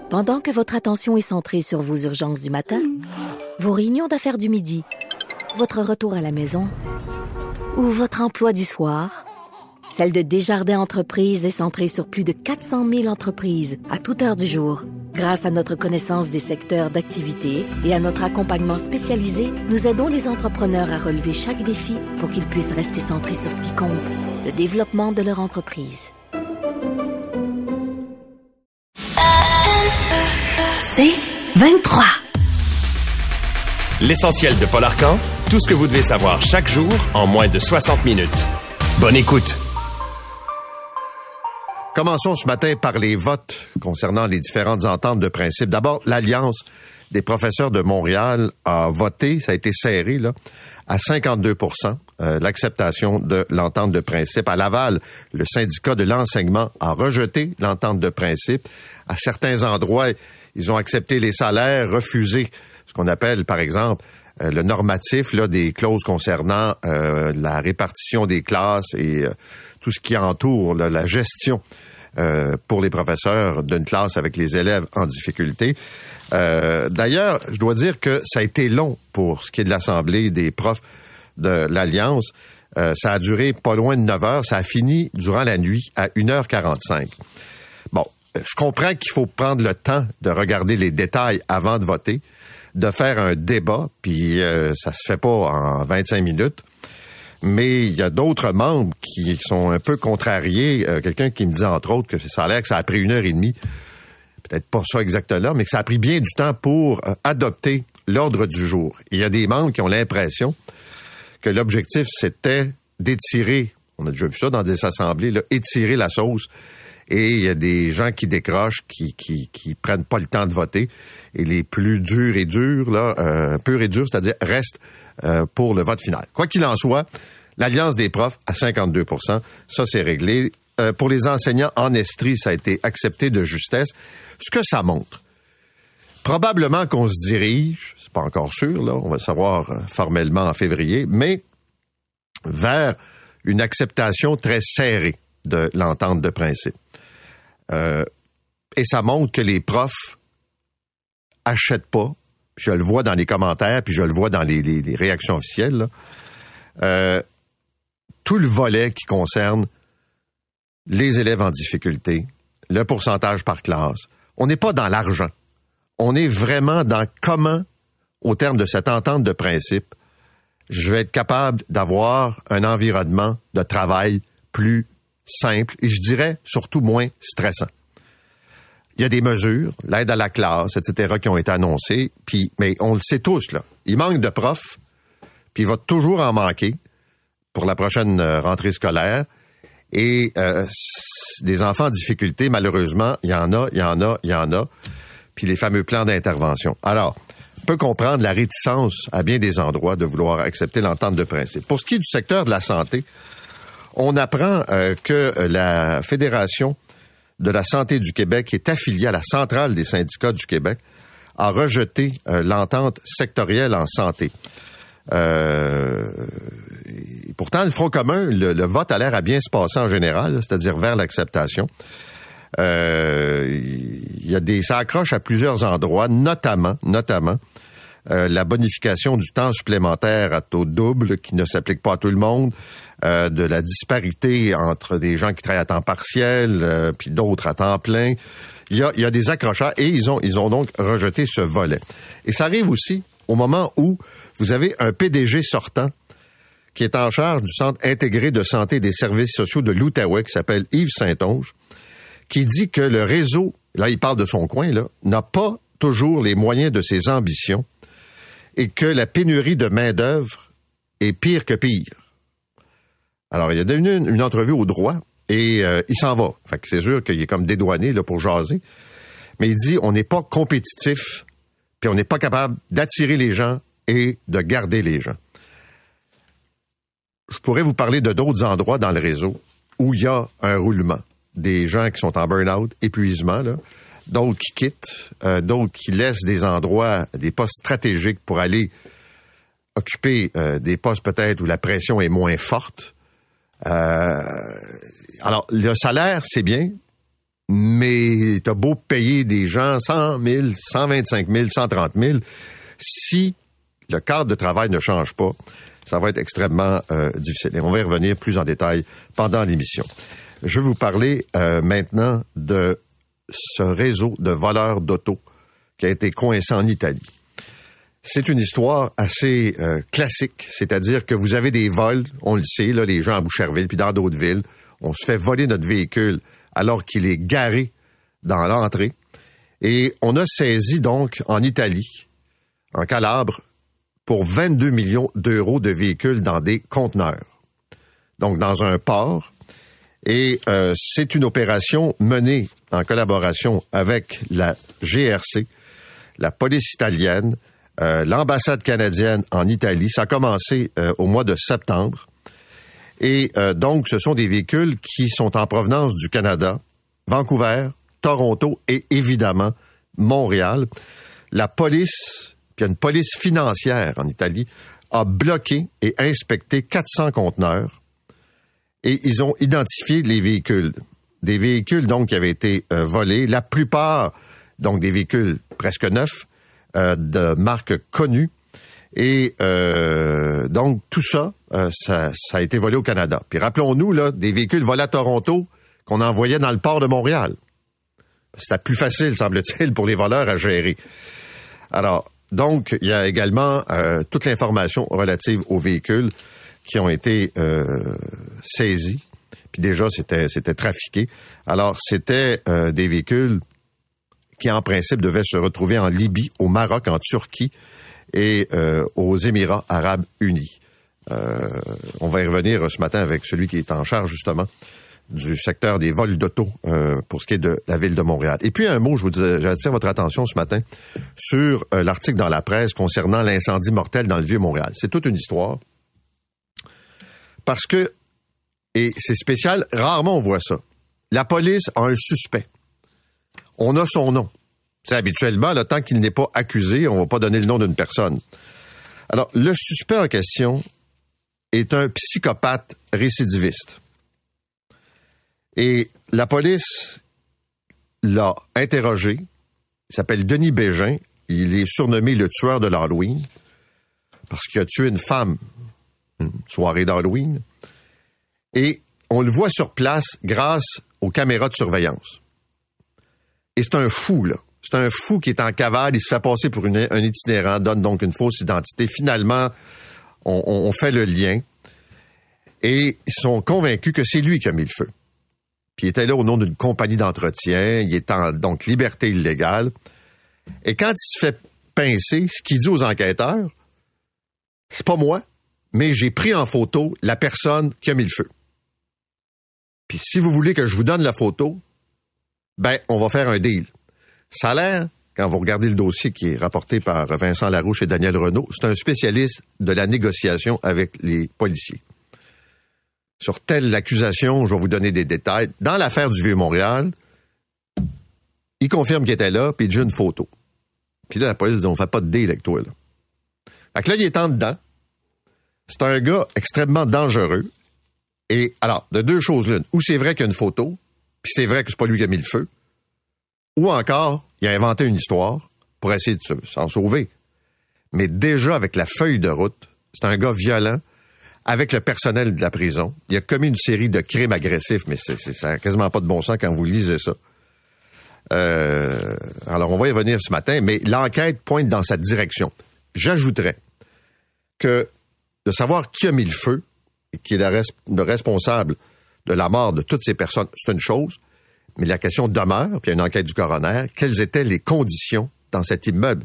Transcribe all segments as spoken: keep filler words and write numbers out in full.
Pendant que votre attention est centrée sur vos urgences du matin, vos réunions d'affaires du midi, votre retour à la maison ou votre emploi du soir, celle de Desjardins Entreprises est centrée sur plus de quatre cent mille entreprises à toute heure du jour. Grâce à notre connaissance des secteurs d'activité et à notre accompagnement spécialisé, nous aidons les entrepreneurs à relever chaque défi pour qu'ils puissent rester centrés sur ce qui compte, le développement de leur entreprise. C'est vingt-trois. L'essentiel de Paul Arcand, tout ce que vous devez savoir chaque jour en moins de soixante minutes. Bonne écoute. Commençons ce matin par les votes concernant les différentes ententes de principe. D'abord, l'Alliance des professeurs de Montréal a voté, ça a été serré, là, à cinquante-deux pour cent, euh, l'acceptation de l'entente de principe. À Laval, le syndicat de l'enseignement a rejeté l'entente de principe. À certains endroits, ils ont accepté les salaires, refusé ce qu'on appelle, par exemple, euh, le normatif, là, des clauses concernant euh, la répartition des classes et euh, tout ce qui entoure là, la gestion euh, pour les professeurs d'une classe avec les élèves en difficulté. Euh, d'ailleurs, je dois dire que ça a été long pour ce qui est de l'Assemblée des profs de l'Alliance. Euh, ça a duré pas loin de neuf heures. Ça a fini durant la nuit à une heure quarante-cinq. Bon, je comprends qu'il faut prendre le temps de regarder les détails avant de voter, de faire un débat, puis euh, ça se fait pas en vingt-cinq minutes. Mais il y a d'autres membres qui sont un peu contrariés. Euh, quelqu'un qui me dit, entre autres, que ça a l'air que ça a pris une heure et demie. Peut-être pas ça exactement, mais que ça a pris bien du temps pour euh, adopter l'ordre du jour. Il y a des membres qui ont l'impression que l'objectif, c'était d'étirer, on a déjà vu ça dans des assemblées, là, étirer la sauce. Et il y a des gens qui décrochent, qui, qui, qui prennent pas le temps de voter. Et les plus durs et durs, là, euh, purs et durs, c'est-à-dire restent euh, pour le vote final. Quoi qu'il en soit, l'Alliance des profs à cinquante-deux pour cent, ça c'est réglé. Euh, pour les enseignants en Estrie, ça a été accepté de justesse. Ce que ça montre, probablement qu'on se dirige, c'est pas encore sûr, là, on va savoir euh, formellement en février, mais vers une acceptation très serrée de l'entente de principe. Euh, et ça montre que les profs achètent pas, je le vois dans les commentaires, puis je le vois dans les, les, les réactions officielles, là, euh, tout le volet qui concerne les élèves en difficulté, le pourcentage par classe. On n'est pas dans l'argent. On est vraiment dans comment, au terme de cette entente de principe, je vais être capable d'avoir un environnement de travail plus simple et je dirais surtout moins stressant. Il y a des mesures, l'aide à la classe, et cetera, qui ont été annoncées, puis, mais on le sait tous, là. Il manque de profs, puis il va toujours en manquer pour la prochaine rentrée scolaire. Et euh, des enfants en difficulté, malheureusement, il y en a, il y en a, il y en a. Puis les fameux plans d'intervention. Alors, on peut comprendre la réticence à bien des endroits de vouloir accepter l'entente de principe. Pour ce qui est du secteur de la santé, on apprend euh, que la Fédération de la santé du Québec, qui est affiliée à la Centrale des syndicats du Québec, a rejeté euh, l'entente sectorielle en santé. Euh, et pourtant, le Front commun, le, le vote a l'air à bien se passer en général, c'est-à-dire vers l'acceptation. Euh, il y a des, ça accroche à plusieurs endroits, notamment, notamment, euh, la bonification du temps supplémentaire à taux double qui ne s'applique pas à tout le monde, euh, de la disparité entre des gens qui travaillent à temps partiel, euh, puis d'autres à temps plein. Il y a, il y a des accrochages et ils ont, ils ont donc rejeté ce volet. Et ça arrive aussi au moment où vous avez un P D G sortant qui est en charge du Centre intégré de santé et des services sociaux de l'Outaouais, qui s'appelle Yves Saint-Onge, qui dit que le réseau, là il parle de son coin, là, n'a pas toujours les moyens de ses ambitions et que la pénurie de main-d'œuvre est pire que pire. Alors, il a donné une, une entrevue au droit et euh, il s'en va. Fait que c'est sûr qu'il est comme dédouané là, pour jaser. Mais il dit, on n'est pas compétitif, puis on n'est pas capable d'attirer les gens et de garder les gens. Je pourrais vous parler de d'autres endroits dans le réseau où il y a un roulement. Des gens qui sont en burn-out, épuisement, là, d'autres qui quittent, euh, d'autres qui laissent des endroits, des postes stratégiques pour aller occuper euh, des postes peut-être où la pression est moins forte. Euh, alors, le salaire, c'est bien, mais t'as beau payer des gens cent mille, cent vingt-cinq mille, cent trente mille, si le cadre de travail ne change pas, ça va être extrêmement euh, difficile. Et on va y revenir plus en détail pendant l'émission. Je vais vous parler euh, maintenant de ce réseau de voleurs d'auto qui a été coincé en Italie. C'est une histoire assez euh, classique, c'est-à-dire que vous avez des vols, on le sait, là, les gens à Boucherville puis dans d'autres villes, on se fait voler notre véhicule alors qu'il est garé dans l'entrée. Et on a saisi donc en Italie, en Calabre, pour vingt-deux millions d'euros de véhicules dans des conteneurs. Donc dans un port. Et euh, c'est une opération menée en collaboration avec la G R C, la police italienne, euh, l'ambassade canadienne en Italie. Ça a commencé euh, au mois de septembre. Et euh, donc, ce sont des véhicules qui sont en provenance du Canada, Vancouver, Toronto et évidemment Montréal. La police, puis il y a une police financière en Italie, a bloqué et inspecté quatre cents conteneurs et ils ont identifié les véhicules. Des véhicules, donc, qui avaient été euh, volés. La plupart, donc, des véhicules presque neufs, euh, de marques connues. Et euh, donc, tout ça, euh, ça, ça a été volé au Canada. Puis rappelons-nous, là, des véhicules volés à Toronto qu'on envoyait dans le port de Montréal. C'était plus facile, semble-t-il, pour les voleurs à gérer. Alors, donc, il y a également euh, toute l'information relative aux véhicules qui ont été euh, saisis. Puis déjà, c'était c'était trafiqué. Alors, c'était euh, des véhicules qui, en principe, devaient se retrouver en Libye, au Maroc, en Turquie et euh, aux Émirats arabes unis. Euh, on va y revenir ce matin avec celui qui est en charge, justement, du secteur des vols d'auto euh, pour ce qui est de la ville de Montréal. Et puis, un mot, je vous dis, j'attire votre attention ce matin sur euh, l'article dans la presse concernant l'incendie mortel dans le Vieux-Montréal. C'est toute une histoire. Parce que, et c'est spécial, rarement on voit ça. La police a un suspect. On a son nom. C'est habituellement, le temps qu'il n'est pas accusé, on ne va pas donner le nom d'une personne. Alors, le suspect en question est un psychopathe récidiviste. Et la police l'a interrogé. Il s'appelle Denis Bégin. Il est surnommé le tueur de l'Halloween parce qu'il a tué une femme une soirée d'Halloween. Et on le voit sur place grâce aux caméras de surveillance. Et c'est un fou, là. C'est un fou qui est en cavale, il se fait passer pour une, un itinérant, donne donc une fausse identité. Finalement, on, on fait le lien. Et ils sont convaincus que c'est lui qui a mis le feu. Puis il était là au nom d'une compagnie d'entretien, il est en donc liberté illégale. Et quand il se fait pincer, ce qu'il dit aux enquêteurs, c'est pas moi, mais j'ai pris en photo la personne qui a mis le feu. Puis si vous voulez que je vous donne la photo, ben, on va faire un deal. Ça a l'air, quand vous regardez le dossier qui est rapporté par Vincent Larouche et Daniel Renaud, c'est un spécialiste de la négociation avec les policiers. Sur telle accusation, je vais vous donner des détails. Dans l'affaire du Vieux-Montréal, il confirme qu'il était là, puis il dit une photo. Puis là, la police dit, on fait pas de deal avec toi, là. Fait que là, il est en dedans. C'est un gars extrêmement dangereux. Et alors, de deux choses l'une. Ou c'est vrai qu'il y a une photo, puis c'est vrai que c'est pas lui qui a mis le feu. Ou encore, il a inventé une histoire pour essayer de s'en sauver. Mais déjà, avec la feuille de route, c'est un gars violent, avec le personnel de la prison. Il a commis une série de crimes agressifs, mais c'est, c'est, ça n'a quasiment pas de bon sens quand vous lisez ça. Euh, alors, on va y revenir ce matin, mais l'enquête pointe dans cette direction. J'ajouterais que de savoir qui a mis le feu et qui est le, res- le responsable de la mort de toutes ces personnes, c'est une chose, mais la question demeure, puis il y a une enquête du coroner, quelles étaient les conditions dans cet immeuble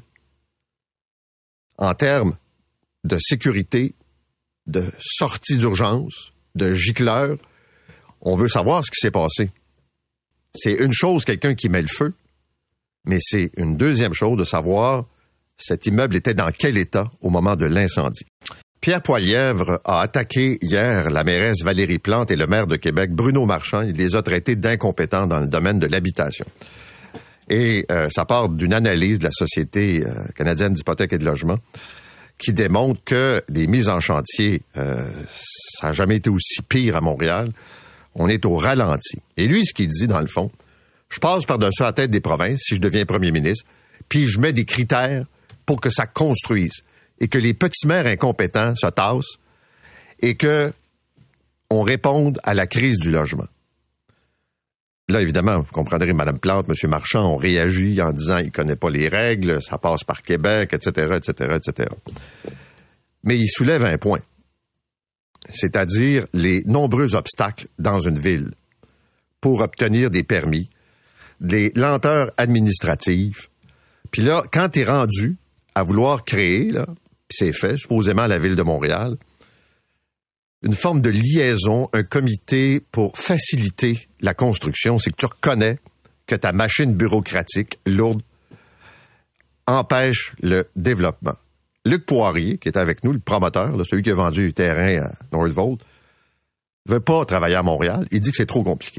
en termes de sécurité, de sortie d'urgence, de gicleurs. On veut savoir ce qui s'est passé. C'est une chose, quelqu'un qui met le feu, mais c'est une deuxième chose de savoir cet immeuble était dans quel état au moment de l'incendie. Pierre Poilièvre a attaqué hier la mairesse Valérie Plante et le maire de Québec, Bruno Marchand. Il les a traités d'incompétents dans le domaine de l'habitation. Et euh, ça part d'une analyse de la Société euh, canadienne d'hypothèques et de logement qui démontre que les mises en chantier, euh, ça n'a jamais été aussi pire à Montréal. On est au ralenti. Et lui, ce qu'il dit, dans le fond, Je passe par-dessus la tête des provinces, si je deviens premier ministre, puis je mets des critères pour que ça construise et que les petits maires incompétents se tassent et que on réponde à la crise du logement. Là, évidemment, vous comprendrez, Mme Plante, M. Marchand ont réagi en disant qu'il ne connaît pas les règles, ça passe par Québec, et cetera, et cetera, et cetera. Mais il soulève un point, c'est-à-dire les nombreux obstacles dans une ville pour obtenir des permis, des lenteurs administratives. Puis là, quand tu es rendu à vouloir créer, là, puis c'est fait, supposément à la Ville de Montréal, une forme de liaison, un comité pour faciliter la construction, c'est que tu reconnais que ta machine bureaucratique lourde empêche le développement. Luc Poirier, qui est avec nous, le promoteur, là, celui qui a vendu du terrain à Northvolt, veut pas travailler à Montréal. Il dit que c'est trop compliqué.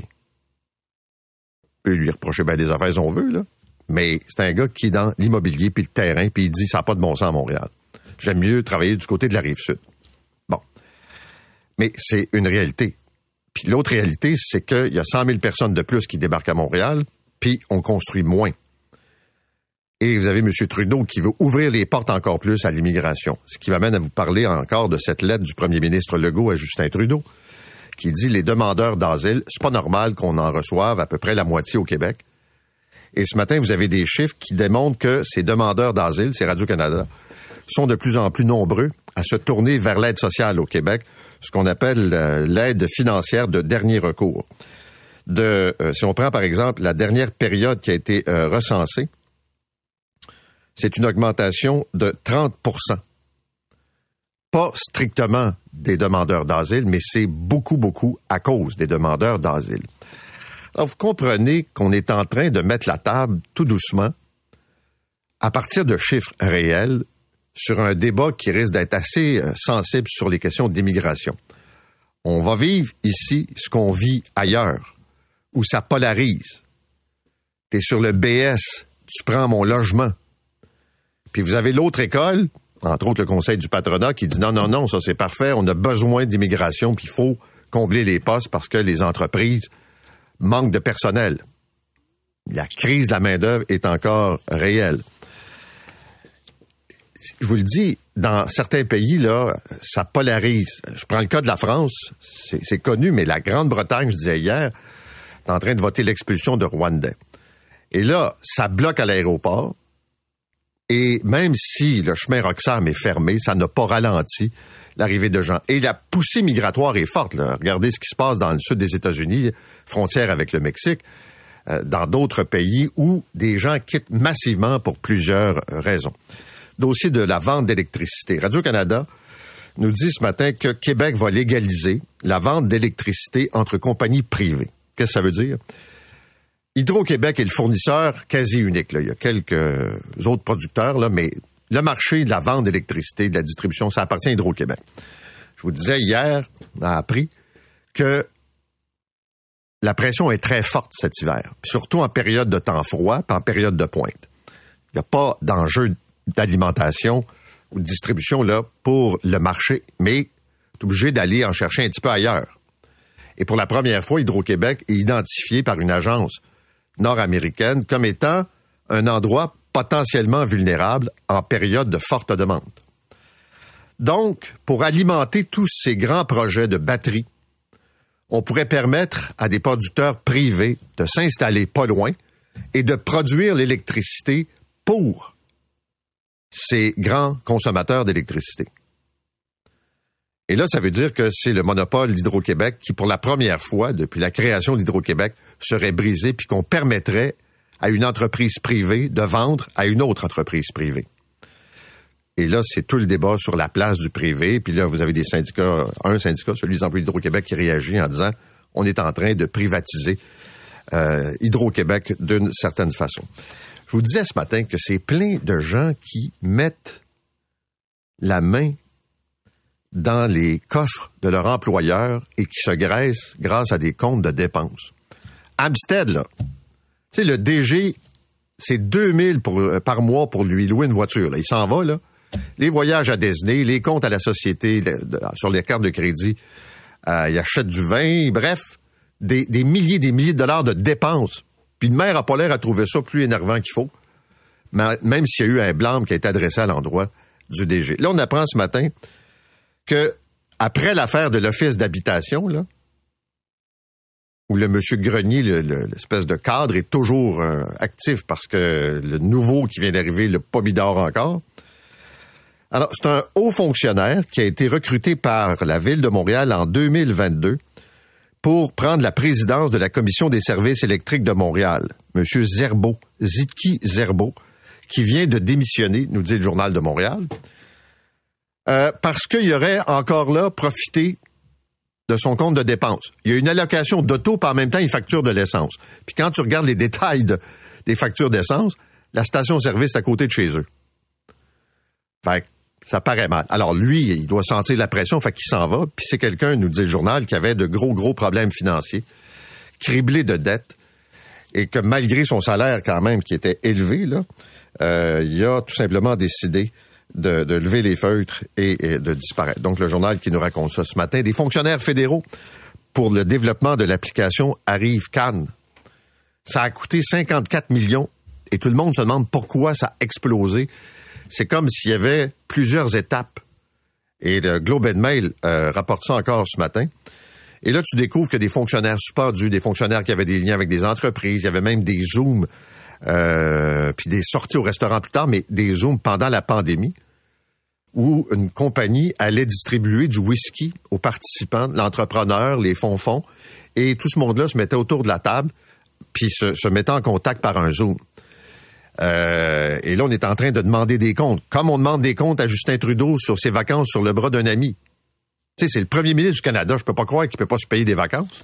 On peut lui reprocher bien des affaires si on veut, là. Mais c'est un gars qui est dans l'immobilier puis le terrain, puis il dit ça n'a pas de bon sens à Montréal. J'aime mieux travailler du côté de la Rive-Sud. Bon. Mais c'est une réalité. Puis l'autre réalité, c'est qu'il y a cent mille personnes de plus qui débarquent à Montréal, puis on construit moins. Et vous avez M. Trudeau qui veut ouvrir les portes encore plus à l'immigration. Ce qui m'amène à vous parler encore de cette lettre du premier ministre Legault à Justin Trudeau, qui dit les demandeurs d'asile, c'est pas normal qu'on en reçoive à peu près la moitié au Québec. Et ce matin, vous avez des chiffres qui démontrent que ces demandeurs d'asile, c'est Radio-Canada, sont de plus en plus nombreux à se tourner vers l'aide sociale au Québec, ce qu'on appelle euh, l'aide financière de dernier recours. De, euh, si on prend par exemple la dernière période qui a été euh, recensée, c'est une augmentation de trente pour cent. Pas strictement des demandeurs d'asile, mais c'est beaucoup, beaucoup à cause des demandeurs d'asile. Alors, vous comprenez qu'on est en train de mettre la table tout doucement à partir de chiffres réels sur un débat qui risque d'être assez euh, sensible sur les questions d'immigration. On va vivre ici ce qu'on vit ailleurs, où ça polarise. T'es sur le B S, tu prends mon logement. Puis vous avez l'autre école, entre autres le Conseil du patronat, qui dit non, non, non, ça c'est parfait, on a besoin d'immigration, puis il faut combler les postes parce que les entreprises manquent de personnel. La crise de la main-d'œuvre est encore réelle. Je vous le dis, dans certains pays, là, ça polarise. Je prends le cas de la France, c'est, c'est connu, mais la Grande-Bretagne, je disais hier, est en train de voter l'expulsion de Rwandais. Et là, ça bloque à l'aéroport. Et même si le chemin Roxham est fermé, ça n'a pas ralenti l'arrivée de gens. Et la poussée migratoire est forte, là. Regardez ce qui se passe dans le sud des États-Unis, frontière avec le Mexique, euh, dans d'autres pays où des gens quittent massivement pour plusieurs raisons. Dossier de la vente d'électricité. Radio-Canada nous dit ce matin que Québec va légaliser la vente d'électricité entre compagnies privées. Qu'est-ce que ça veut dire? Hydro-Québec est le fournisseur quasi unique, là. Il y a quelques autres producteurs, là, mais le marché de la vente d'électricité, de la distribution, ça appartient à Hydro-Québec. Je vous disais hier, on a appris que la pression est très forte cet hiver, surtout en période de temps froid, puis en période de pointe. Il n'y a pas d'enjeu d'alimentation ou de distribution là pour le marché, mais tu es obligé d'aller en chercher un petit peu ailleurs. Et pour la première fois, Hydro-Québec est identifié par une agence nord-américaine comme étant un endroit potentiellement vulnérable en période de forte demande. Donc, pour alimenter tous ces grands projets de batteries, on pourrait permettre à des producteurs privés de s'installer pas loin et de produire l'électricité pour ces grands consommateurs d'électricité. Et là, ça veut dire que c'est le monopole d'Hydro-Québec qui, pour la première fois depuis la création d'Hydro-Québec, serait brisé puis qu'on permettrait à une entreprise privée de vendre à une autre entreprise privée. Et là, c'est tout le débat sur la place du privé. Puis là, vous avez des syndicats, un syndicat, celui des employés d'Hydro-Québec, qui réagit en disant on est en train de privatiser euh, Hydro-Québec d'une certaine façon. Je vous disais ce matin que c'est plein de gens qui mettent la main dans les coffres de leur employeur et qui se graissent grâce à des comptes de dépenses. Amstead, là, tu sais, le D G, c'est deux mille pour, euh, par mois pour lui louer une voiture. Là. Il s'en va, là. Les voyages à Disney, les comptes à la société de, de, sur les cartes de crédit, euh, il achète du vin, bref, des, des milliers des milliers de dollars de dépenses Puis le maire a pas l'air à trouver ça plus énervant qu'il faut, même s'il y a eu un blâme qui a été adressé à l'endroit du D G. Là, on apprend ce matin que après l'affaire de l'Office d'habitation, là, où le monsieur Grenier, le, le, l'espèce de cadre, est toujours euh, actif parce que le nouveau qui vient d'arriver, le pas mis dehors encore. Alors, c'est un haut fonctionnaire qui a été recruté par la Ville de Montréal en deux mille vingt-deux pour prendre la présidence de la Commission des services électriques de Montréal. Monsieur Zerbo, Zitki Zerbo, qui vient de démissionner, nous dit le Journal de Montréal, euh, parce qu'il aurait encore là profité de son compte de dépenses. Il y a une allocation d'auto, puis en même temps, il facture de l'essence. Puis quand tu regardes les détails de, des factures d'essence, la station-service est à côté de chez eux. Fait que ça paraît mal. Alors lui, il doit sentir la pression, fait qu'il s'en va. Puis c'est quelqu'un, nous dit le journal, qui avait de gros, gros problèmes financiers, criblé de dettes, et que malgré son salaire quand même, qui était élevé, là, euh, il a tout simplement décidé De, de lever les feutres et, et de disparaître. Donc, le journal qui nous raconte ça ce matin. Des fonctionnaires fédéraux pour le développement de l'application Arrive-Can. Ça a coûté cinquante-quatre millions et tout le monde se demande pourquoi ça a explosé. C'est comme s'il y avait plusieurs étapes. Et le Globe and Mail euh, rapporte ça encore ce matin. Et là, tu découvres que des fonctionnaires suspendus, des fonctionnaires qui avaient des liens avec des entreprises, il y avait même des Zooms, euh, puis des sorties au restaurant plus tard, mais des Zooms pendant la pandémie, où une compagnie allait distribuer du whisky aux participants, l'entrepreneur, les fonds-fonds, et tout ce monde-là se mettait autour de la table, puis se, se mettait en contact par un Zoom. Euh, et là, on est en train de demander des comptes. Comme on demande des comptes à Justin Trudeau sur ses vacances sur le bras d'un ami. Tu sais, c'est le premier ministre du Canada, je peux pas croire qu'il peut pas se payer des vacances.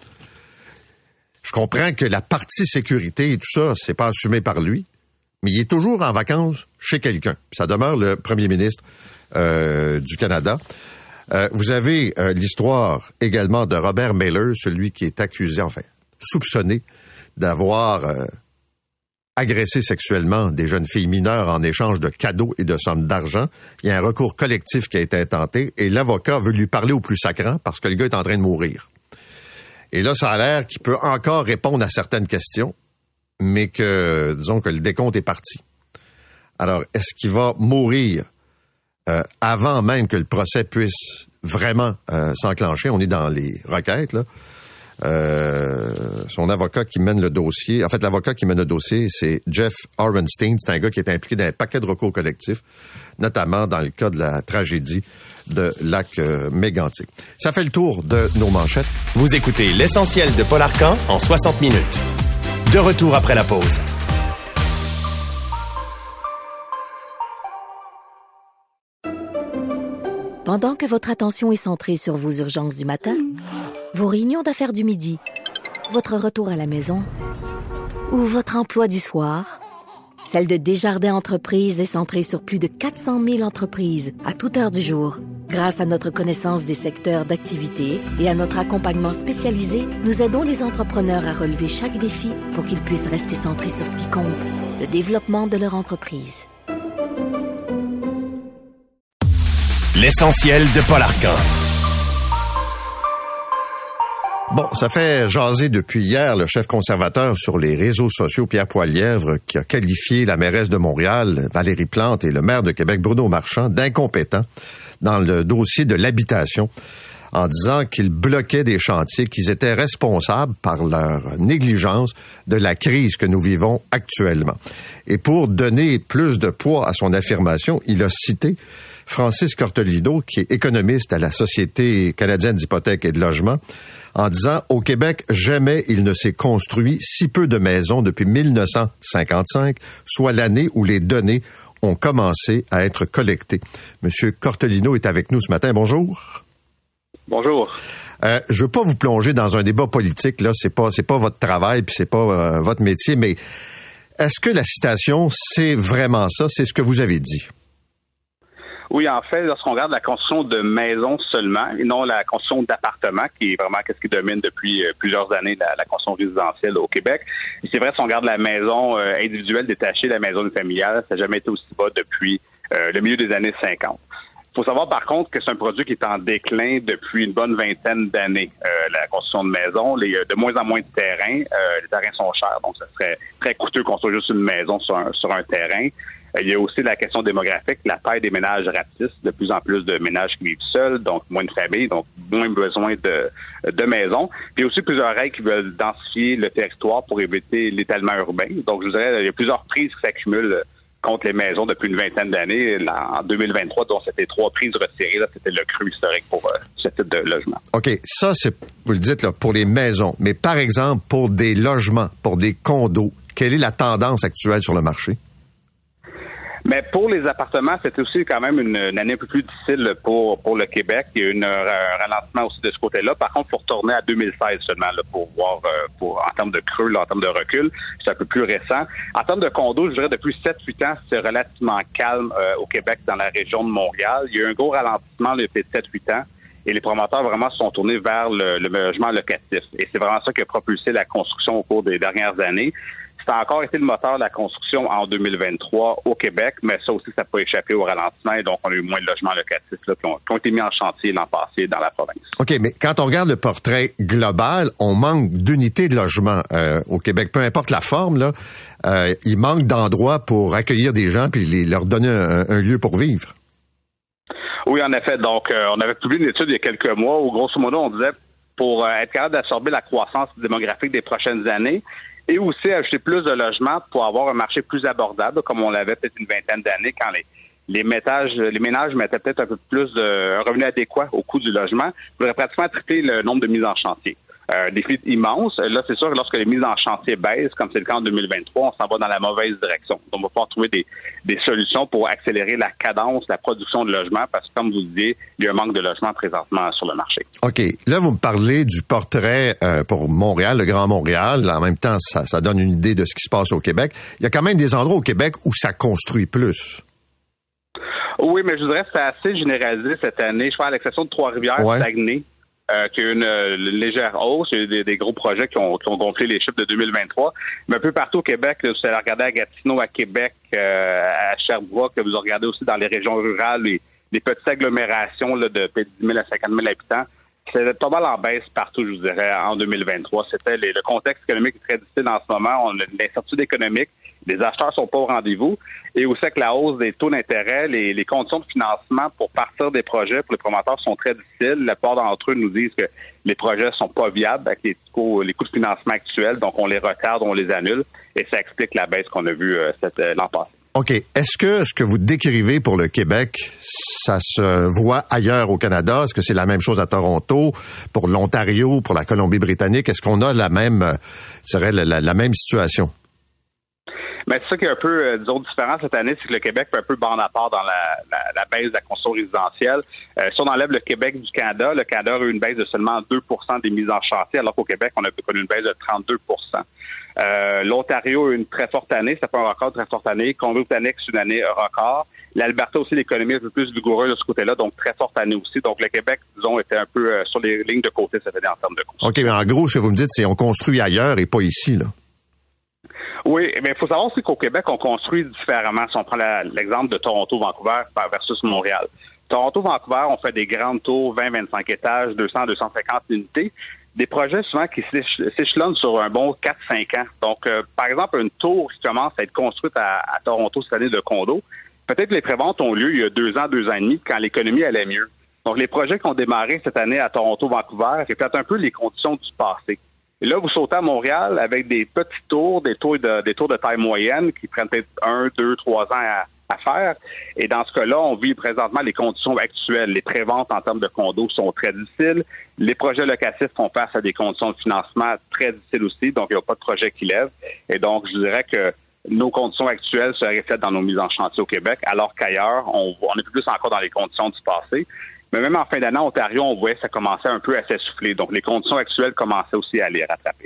Je comprends que la partie sécurité et tout ça, c'est pas assumé par lui, mais il est toujours en vacances chez quelqu'un. Ça demeure le premier ministre Euh, du Canada. Euh, vous avez euh, l'histoire également de Robert Mailer, celui qui est accusé, enfin, soupçonné d'avoir euh, agressé sexuellement des jeunes filles mineures en échange de cadeaux et de sommes d'argent. Il y a un recours collectif qui a été intenté et l'avocat veut lui parler au plus sacrant parce que le gars est en train de mourir. Et là, ça a l'air qu'il peut encore répondre à certaines questions, mais que, disons que le décompte est parti. Alors, est-ce qu'il va mourir Euh, avant même que le procès puisse vraiment euh, s'enclencher? On est dans les requêtes, là. Euh, son avocat qui mène le dossier, en fait, l'avocat qui mène le dossier, c'est Jeff Orenstein. C'est un gars qui est impliqué dans un paquet de recours collectifs, notamment dans le cas de la tragédie de lac euh, Mégantic. Ça fait le tour de nos manchettes. Vous écoutez l'essentiel de Paul Arcan en soixante minutes. De retour après la pause. Pendant que votre attention est centrée sur vos urgences du matin, vos réunions d'affaires du midi, votre retour à la maison ou votre emploi du soir, celle de Desjardins Entreprises est centrée sur plus de quatre cent mille entreprises à toute heure du jour. Grâce à notre connaissance des secteurs d'activité et à notre accompagnement spécialisé, nous aidons les entrepreneurs à relever chaque défi pour qu'ils puissent rester centrés sur ce qui compte, le développement de leur entreprise. L'essentiel de Paul Arcan. Bon, ça fait jaser depuis hier le chef conservateur sur les réseaux sociaux, Pierre Poilièvre, qui a qualifié la mairesse de Montréal, Valérie Plante, et le maire de Québec, Bruno Marchand, d'incompétents dans le dossier de l'habitation, en disant qu'ils bloquaient des chantiers, qu'ils étaient responsables par leur négligence de la crise que nous vivons actuellement. Et pour donner plus de poids à son affirmation, il a cité Francis Cortolino, qui est économiste à la Société canadienne d'hypothèques et de logement, en disant « Au Québec, jamais il ne s'est construit si peu de maisons depuis mille neuf cent cinquante-cinq, soit l'année où les données ont commencé à être collectées. » Monsieur Cortolino est avec nous ce matin. Bonjour. Bonjour. Euh, je veux pas vous plonger dans un débat politique, là, c'est pas c'est pas votre travail puis c'est pas euh, votre métier, mais est-ce que la citation, c'est vraiment ça? C'est ce que vous avez dit? Oui, en fait, lorsqu'on regarde la construction de maisons seulement, et non la construction d'appartements, qui est vraiment ce qui domine depuis euh, plusieurs années la, la construction résidentielle au Québec. Et c'est vrai, si on regarde la maison euh, individuelle détachée, la maison familiale, ça n'a jamais été aussi bas depuis euh, le milieu des années cinquante. Il faut savoir par contre que c'est un produit qui est en déclin depuis une bonne vingtaine d'années. Euh, la construction de maisons. Les, de moins en moins de terrains. Euh, les terrains sont chers, donc ça serait très coûteux de construire juste une maison sur un, sur un terrain. Il y a aussi la question démographique, la taille des ménages rapetisse, de plus en plus de ménages qui vivent seuls, donc moins de familles, donc moins besoin de, de maisons. Puis il y a aussi plusieurs règles qui veulent densifier le territoire pour éviter l'étalement urbain. Donc je vous dirais, il y a plusieurs prises qui s'accumulent contre les maisons depuis une vingtaine d'années. Là, en deux mille vingt-trois, dont c'était trois prises retirées, là, c'était le cru historique pour euh, ce type de logement. OK, ça, c'est, vous le dites, là, pour les maisons. Mais par exemple, pour des logements, pour des condos, quelle est la tendance actuelle sur le marché? Mais pour les appartements, c'était aussi quand même une, une année un peu plus difficile pour pour le Québec. Il y a eu une, un ralentissement aussi de ce côté-là. Par contre, il faut retourner à deux mille seize seulement là, pour voir euh, pour en termes de creux, là, en termes de recul. C'est un peu plus récent. En termes de condos, je dirais depuis sept huit ans, c'est relativement calme euh, au Québec, dans la région de Montréal. Il y a eu un gros ralentissement là, depuis sept huit ans. Et les promoteurs vraiment se sont tournés vers le, le logement locatif. Et c'est vraiment ça qui a propulsé la construction au cours des dernières années. Ça a encore été le moteur de la construction en deux mille vingt-trois au Québec, mais ça aussi, ça peut échapper au ralentissement. Et donc, on a eu moins de logements locatifs là, qui, ont, qui ont été mis en chantier l'an passé dans la province. OK, mais quand on regarde le portrait global, on manque d'unités de logement euh, au Québec. Peu importe la forme, là, euh, il manque d'endroits pour accueillir des gens puis les, leur donner un, un lieu pour vivre. Oui, en effet. Donc, euh, on avait publié une étude il y a quelques mois où, grosso modo, on disait pour euh, être capable d'absorber la croissance démographique des prochaines années, et aussi ajouter plus de logements pour avoir un marché plus abordable, comme on l'avait peut-être une vingtaine d'années quand les les ménages, les ménages mettaient peut-être un peu plus de un revenu adéquat au coût du logement. Il faudrait pratiquement tripler le nombre de mises en chantier. Euh, un défi immense. Là, c'est sûr que lorsque les mises en chantier baissent, comme c'est le cas en deux mille vingt-trois, on s'en va dans la mauvaise direction. Donc, on va pouvoir trouver des, des solutions pour accélérer la cadence, la production de logements, parce que, comme vous le disiez, il y a un manque de logements présentement sur le marché. OK. Là, vous me parlez du portrait euh, pour Montréal, le Grand Montréal. En même temps, ça, ça donne une idée de ce qui se passe au Québec. Il y a quand même des endroits au Québec où ça construit plus. Oui, mais je dirais que c'est assez généralisé cette année. Je fais à l'exception de Trois-Rivières, ouais. Saguenay, euh, qui a eu une, une légère hausse. Il y a eu des, des gros projets qui ont, qui ont gonflé les chiffres de deux mille vingt-trois. Mais un peu partout au Québec, là, vous allez regarder à Gatineau, à Québec, euh, à Sherbrooke, vous regardez aussi dans les régions rurales, les, les petites agglomérations là, de dix mille à cinquante mille habitants. C'est pas mal en baisse partout, je vous dirais, en deux mille vingt-trois. C'était les, le contexte économique est très difficile en ce moment. On a de l'incertitude économique. Les acheteurs sont pas au rendez-vous. Et aussi avec la hausse des taux d'intérêt, les, les conditions de financement pour partir des projets pour les promoteurs sont très difficiles. La plupart d'entre eux nous disent que les projets sont pas viables avec les coûts, les coûts de financement actuels. Donc, on les retarde, on les annule. Et ça explique la baisse qu'on a vue euh, cette, euh, l'an passé. OK. Est-ce que ce que vous décrivez pour le Québec, ça se voit ailleurs au Canada? Est-ce que c'est la même chose à Toronto, pour l'Ontario, pour la Colombie-Britannique? Est-ce qu'on a la même, euh, serait la, la, la même situation? Mais c'est ça qui est un peu, euh, disons, différent cette année, c'est que le Québec fait un peu bande à part dans la, la, la baisse de la construction résidentielle. Euh, si on enlève le Québec du Canada, le Canada a eu une baisse de seulement deux pour cent des mises en chantier, alors qu'au Québec, on a connu une baisse de trente-deux pour cent. Euh, L'Ontario a eu une très forte année, ça fait un record très forte année. Colombie-Britannique, c'est une année record. L'Alberta aussi, l'économie est un peu plus vigoureuse de ce côté-là, donc très forte année aussi. Donc le Québec, disons, était un peu euh, sur les lignes de côté cette année en termes de construction. OK, mais en gros, ce que vous me dites, c'est on construit ailleurs et pas ici, là. Oui, mais il faut savoir aussi qu'au Québec, on construit différemment. Si on prend la, l'exemple de Toronto-Vancouver versus Montréal. Toronto-Vancouver, on fait des grandes tours, vingt à vingt-cinq étages, deux cents à deux cent cinquante unités. Des projets souvent qui s'échelonnent sur un bon quatre à cinq ans. Donc, euh, par exemple, une tour qui commence à être construite à, à Toronto cette année de condo, peut-être que les préventes ont lieu il y a deux ans, deux ans et demi, quand l'économie allait mieux. Donc, les projets qui ont démarré cette année à Toronto-Vancouver reflètent un peu les conditions du passé. Et là, vous sautez à Montréal avec des petits tours, des tours de, des tours de taille moyenne qui prennent peut-être un, deux, trois ans à, à faire. Et dans ce cas-là, on vit présentement les conditions actuelles. Les préventes en termes de condos sont très difficiles. Les projets locatifs font face à des conditions de financement très difficiles aussi. Donc, il n'y a pas de projet qui lève. Et donc, je dirais que nos conditions actuelles se reflètent dans nos mises en chantier au Québec, alors qu'ailleurs, on, on est plus encore dans les conditions du passé. Mais même en fin d'année, en Ontario, on voyait que ça commençait un peu à s'essouffler. Donc, les conditions actuelles commençaient aussi à les rattraper.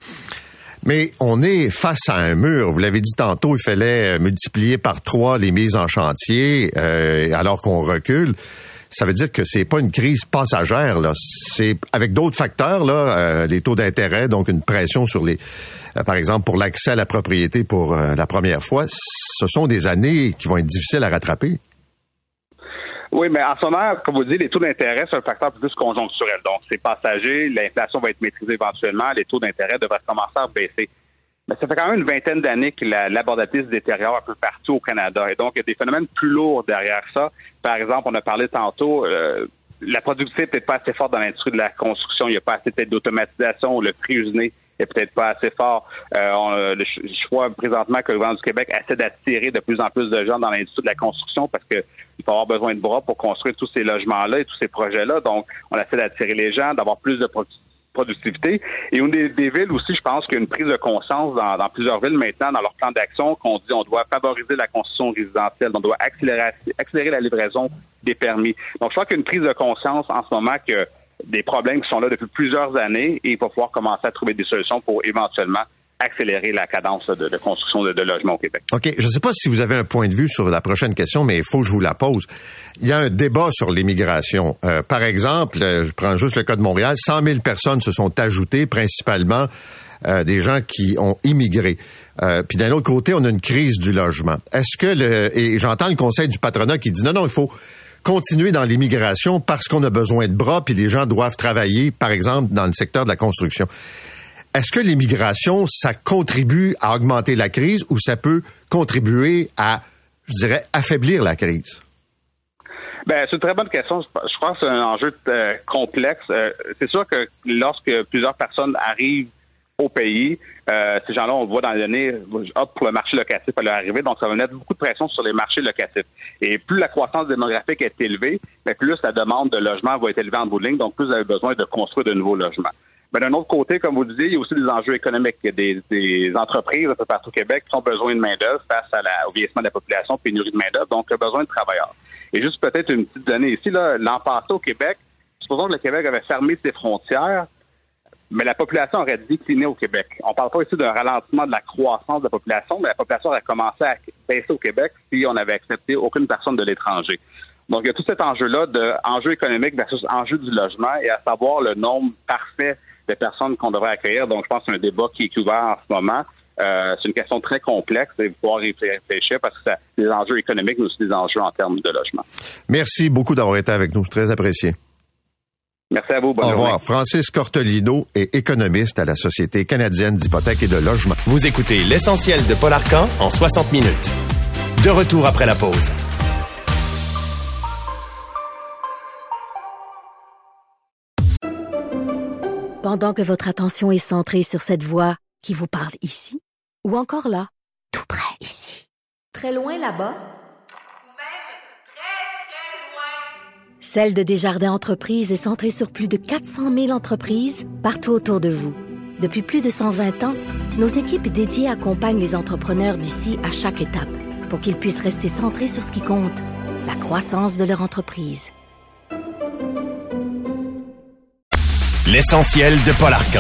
Mais on est face à un mur. Vous l'avez dit tantôt, il fallait multiplier par trois les mises en chantier euh, alors qu'on recule. Ça veut dire que c'est pas une crise passagère, là. C'est avec d'autres facteurs, là, euh, les taux d'intérêt, donc une pression sur les, euh, par exemple, pour l'accès à la propriété pour euh, la première fois. Ce sont des années qui vont être difficiles à rattraper. Oui, mais en ce moment, comme vous dites, les taux d'intérêt, c'est un facteur plus conjoncturel. Donc, c'est passager, l'inflation va être maîtrisée éventuellement, les taux d'intérêt devraient commencer à baisser. Mais ça fait quand même une vingtaine d'années que la, l'abordabilité se détériore un peu partout au Canada. Et donc, il y a des phénomènes plus lourds derrière ça. Par exemple, on a parlé tantôt, euh, la productivité n'est peut-être pas assez forte dans l'industrie de la construction. Il n'y a pas assez peut-être d'automatisation. Le prix usiné n'est peut-être pas assez fort. Euh, on, le, je vois présentement que le gouvernement du Québec essaie d'attirer de plus en plus de gens dans l'industrie de la construction parce que il faut avoir besoin de bras pour construire tous ces logements-là et tous ces projets-là. Donc, on essaie d'attirer les gens, d'avoir plus de productivité. productivité. Et une des, des villes aussi, je pense qu'il y a une prise de conscience dans, dans plusieurs villes maintenant, dans leur plan d'action, qu'on dit on doit favoriser la construction résidentielle, on doit accélérer, accélérer la livraison des permis. Donc, je crois qu'il y a une prise de conscience en ce moment que des problèmes qui sont là depuis plusieurs années et il va falloir commencer à trouver des solutions pour éventuellement accélérer la cadence de, de construction de, de logements au Québec. OK. Je ne sais pas si vous avez un point de vue sur la prochaine question, mais il faut que je vous la pose. Il y a un débat sur l'immigration. Euh, par exemple, je prends juste le cas de Montréal, cent mille personnes se sont ajoutées, principalement euh, des gens qui ont immigré. Euh, puis d'un autre côté, on a une crise du logement. Est-ce que le et j'entends le conseil du patronat qui dit non, non, il faut continuer dans l'immigration parce qu'on a besoin de bras, puis les gens doivent travailler, par exemple, dans le secteur de la construction. Est-ce que l'immigration, ça contribue à augmenter la crise ou ça peut contribuer à, je dirais, affaiblir la crise? Ben, c'est une très bonne question. Je crois que c'est un enjeu euh, complexe. Euh, c'est sûr que lorsque plusieurs personnes arrivent au pays, euh, ces gens-là, on le voit dans les données, hop, pour le marché locatif à leur arrivée. Donc, ça va mettre beaucoup de pression sur les marchés locatifs. Et plus la croissance démographique est élevée, ben, plus la demande de logement va être élevée en bout de ligne. Donc, plus vous avez besoin de construire de nouveaux logements. Mais d'un autre côté, comme vous le disiez, il y a aussi des enjeux économiques. Il y a des, des entreprises un peu partout au Québec qui ont besoin de main-d'œuvre face à la, au vieillissement de la population, pénurie de main-d'œuvre, donc il y a besoin de travailleurs. Et juste peut-être une petite donnée ici, là, l'an passé au Québec, supposons que le Québec avait fermé ses frontières, mais la population aurait décliné au Québec. On ne parle pas ici d'un ralentissement de la croissance de la population, mais la population aurait commencé à baisser au Québec si on avait accepté aucune personne de l'étranger. Donc, il y a tout cet enjeu-là de enjeu économique versus enjeu du logement et à savoir le nombre parfait de personnes qu'on devrait accueillir. Donc, je pense que c'est un débat qui est ouvert en ce moment. Euh, c'est une question très complexe et pouvoir y réfléchir parce que ça a des enjeux économiques, mais aussi des enjeux en termes de logement. Merci beaucoup d'avoir été avec nous. Très apprécié. Merci à vous. Bonne Au revoir. journée. Francis Cortolino est économiste à la Société canadienne d'hypothèques et de logement. Vous écoutez l'essentiel de Paul Arcan en soixante minutes. De retour après la pause. Pendant que votre attention est centrée sur cette voix qui vous parle ici, ou encore là, tout près ici, très loin là-bas, Ou même très, très loin. Celle de Desjardins Entreprises est centrée sur plus de quatre cent mille entreprises partout autour de vous. Depuis plus de cent vingt ans, nos équipes dédiées accompagnent les entrepreneurs d'ici à chaque étape pour qu'ils puissent rester centrés sur ce qui compte, la croissance de leur entreprise. L'essentiel de Paul Arcan.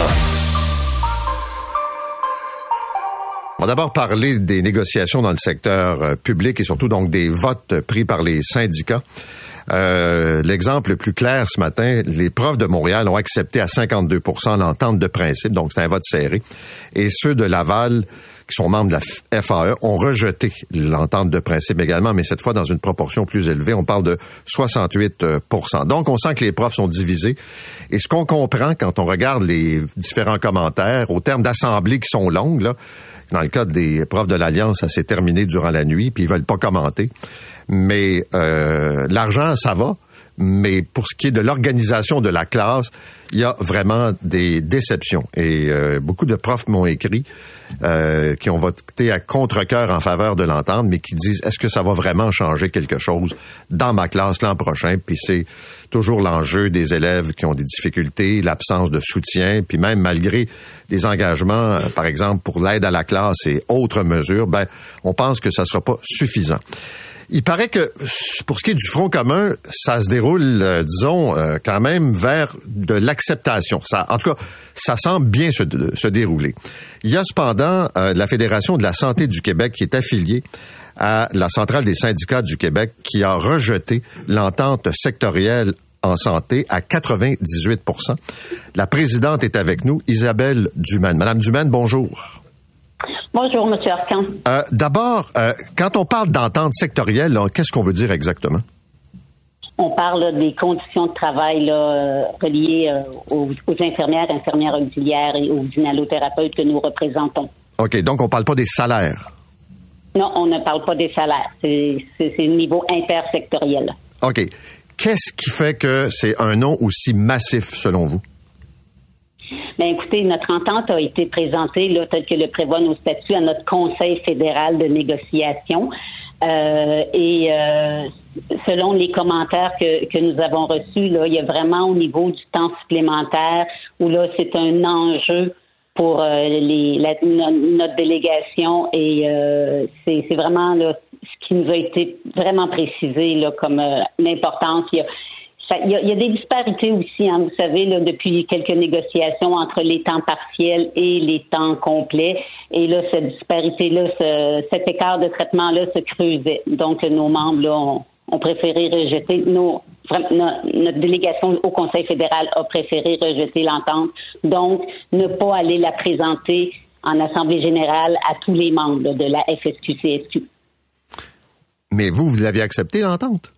On va d'abord parler des négociations dans le secteur euh, public et surtout donc des votes pris par les syndicats. Euh, l'exemple le plus clair ce matin, les profs de Montréal ont accepté à cinquante-deux pour cent l'entente de principe, donc c'est un vote serré. Et ceux de Laval, qui sont membres de la F A E, ont rejeté l'entente de principe également, mais cette fois dans une proportion plus élevée. On parle de soixante-huit pour cent. Donc, on sent que les profs sont divisés. Et ce qu'on comprend quand on regarde les différents commentaires, au terme d'assemblées qui sont longues, là, dans le cas des profs de l'Alliance, ça s'est terminé durant la nuit, puis ils veulent pas commenter. Mais euh, l'argent, ça va. Mais pour ce qui est de l'organisation de la classe, il y a vraiment des déceptions. Et euh, beaucoup de profs m'ont écrit euh, qui ont voté à contre-cœur en faveur de l'entente, mais qui disent, est-ce que ça va vraiment changer quelque chose dans ma classe l'an prochain? Puis c'est toujours l'enjeu des élèves qui ont des difficultés, l'absence de soutien, puis même malgré des engagements, euh, par exemple, pour l'aide à la classe et autres mesures, ben on pense que ça sera pas suffisant. Il paraît que, pour ce qui est du Front commun, ça se déroule, euh, disons, euh, quand même vers de l'acceptation. Ça, en tout cas, ça semble bien se, de, se dérouler. Il y a cependant euh, la Fédération de la santé du Québec qui est affiliée à la Centrale des syndicats du Québec qui a rejeté l'entente sectorielle en santé à quatre-vingt-dix-huit pour cent. La présidente est avec nous, Isabelle Dumaine. Madame Dumaine, bonjour. Bonjour, M. Arcan. Euh, d'abord, euh, quand on parle d'entente sectorielle, là, qu'est-ce qu'on veut dire exactement? On parle là, des conditions de travail là, euh, reliées euh, aux, aux infirmières, infirmières auxiliaires et aux inhalothérapeutes que nous représentons. OK, donc on ne parle pas des salaires. Non, on ne parle pas des salaires. C'est, c'est, c'est au niveau intersectoriel. OK. Qu'est-ce qui fait que c'est un nom aussi massif, selon vous? Bien, écoutez, notre entente a été présentée, là, tel que le prévoit nos statuts, à notre Conseil fédéral de négociation. Euh, et euh, selon les commentaires que, que nous avons reçus, là, il y a vraiment au niveau du temps supplémentaire où là, c'est un enjeu pour euh, les, la, notre délégation et euh, c'est, c'est vraiment là, ce qui nous a été vraiment précisé là, comme euh, l'importance. Il y a, ça, il y a, il y a des disparités aussi, hein, vous savez, là, depuis quelques négociations entre les temps partiels et les temps complets. Et là, cette disparité-là, ce, cet écart de traitement-là se creusait. Donc, nos membres là, ont, ont préféré rejeter nos Notre délégation au Conseil fédéral a préféré rejeter l'entente, donc ne pas aller la présenter en Assemblée générale à tous les membres de la F S Q C S Q. Mais vous, vous l'aviez accepté, l'entente?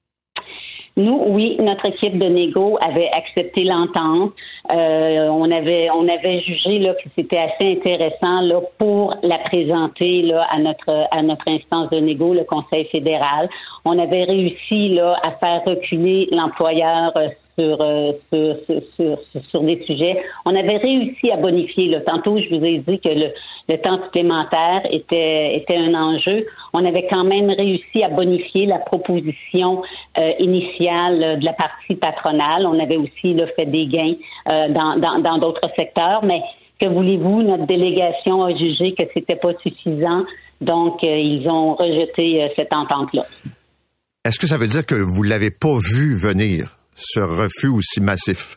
Nous, oui, notre équipe de négo avait accepté l'entente. Euh, on avait, on avait jugé là que c'était assez intéressant là pour la présenter là à notre, à notre instance de négo, le Conseil fédéral. On avait réussi là à faire reculer l'employeur euh, sur, euh, sur, sur, sur, sur des sujets. On avait réussi à bonifier. Là. Tantôt, je vous ai dit que le, le temps supplémentaire était, était un enjeu. On avait quand même réussi à bonifier la proposition euh, initiale de la partie patronale. On avait aussi là, fait des gains euh, dans, dans, dans d'autres secteurs. Mais que voulez-vous, notre délégation a jugé que c'était pas suffisant. Donc, euh, ils ont rejeté euh, cette entente-là. Est-ce que ça veut dire que vous l'avez pas vu venir, ce refus aussi massif?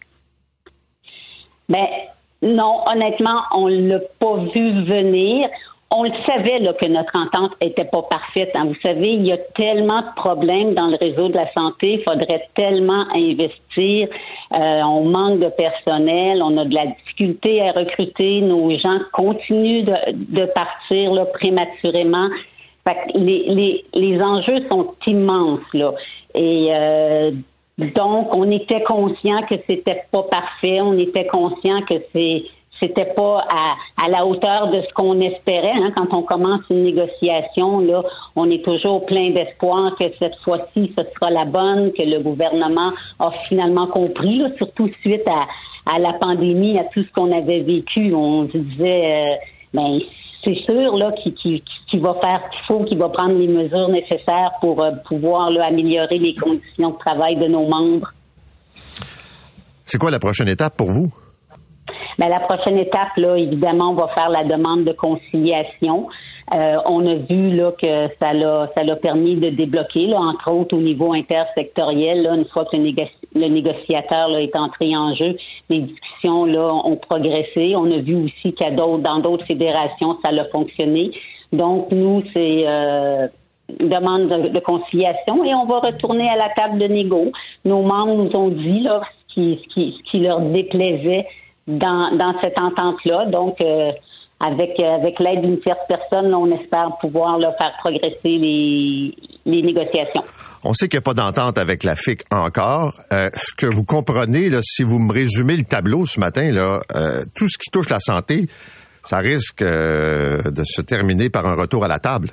Ben non, honnêtement, on l'a pas vu venir. On le savait là, que notre entente était pas parfaite. Hein. Vous savez, il y a tellement de problèmes dans le réseau de la santé. Il faudrait tellement investir. Euh, on manque de personnel. On a de la difficulté à recruter. Nos gens continuent de, de partir là, prématurément. Fait que les, les, les enjeux sont immenses, là. Et euh, donc, on était conscient que c'était pas parfait. On était conscient que c'est c'était pas à, à la hauteur de ce qu'on espérait. Hein. Quand on commence une négociation, là, on est toujours plein d'espoir que cette fois-ci, ce sera la bonne, que le gouvernement a finalement compris, là, surtout suite à, à la pandémie, à tout ce qu'on avait vécu. On se disait, euh, ben c'est sûr là qu'il, qu'il, qu'il va faire ce qu'il faut, qu'il va prendre les mesures nécessaires pour euh, pouvoir là, améliorer les conditions de travail de nos membres. C'est quoi la prochaine étape pour vous? Ben, la prochaine étape, là, évidemment, on va faire la demande de conciliation. Euh, on a vu là que ça l'a ça l'a permis de débloquer, là, entre autres au niveau intersectoriel, là, une fois que le, négoci- le négociateur là, est entré en jeu, les discussions là ont progressé. On a vu aussi qu'à d'autres, dans d'autres fédérations, ça a fonctionné. Donc, nous, c'est euh, une demande de, de conciliation et on va retourner à la table de négo. Nos membres nous ont dit là ce qui, ce qui, ce qui leur déplaisait dans, dans cette entente-là. Donc, euh, avec avec l'aide d'une tierce personne, là, on espère pouvoir là, faire progresser les, les négociations. On sait qu'il n'y a pas d'entente avec la F I C encore. Euh, ce que vous comprenez, là, si vous me résumez le tableau ce matin, là, euh, tout ce qui touche la santé, ça risque euh, de se terminer par un retour à la table.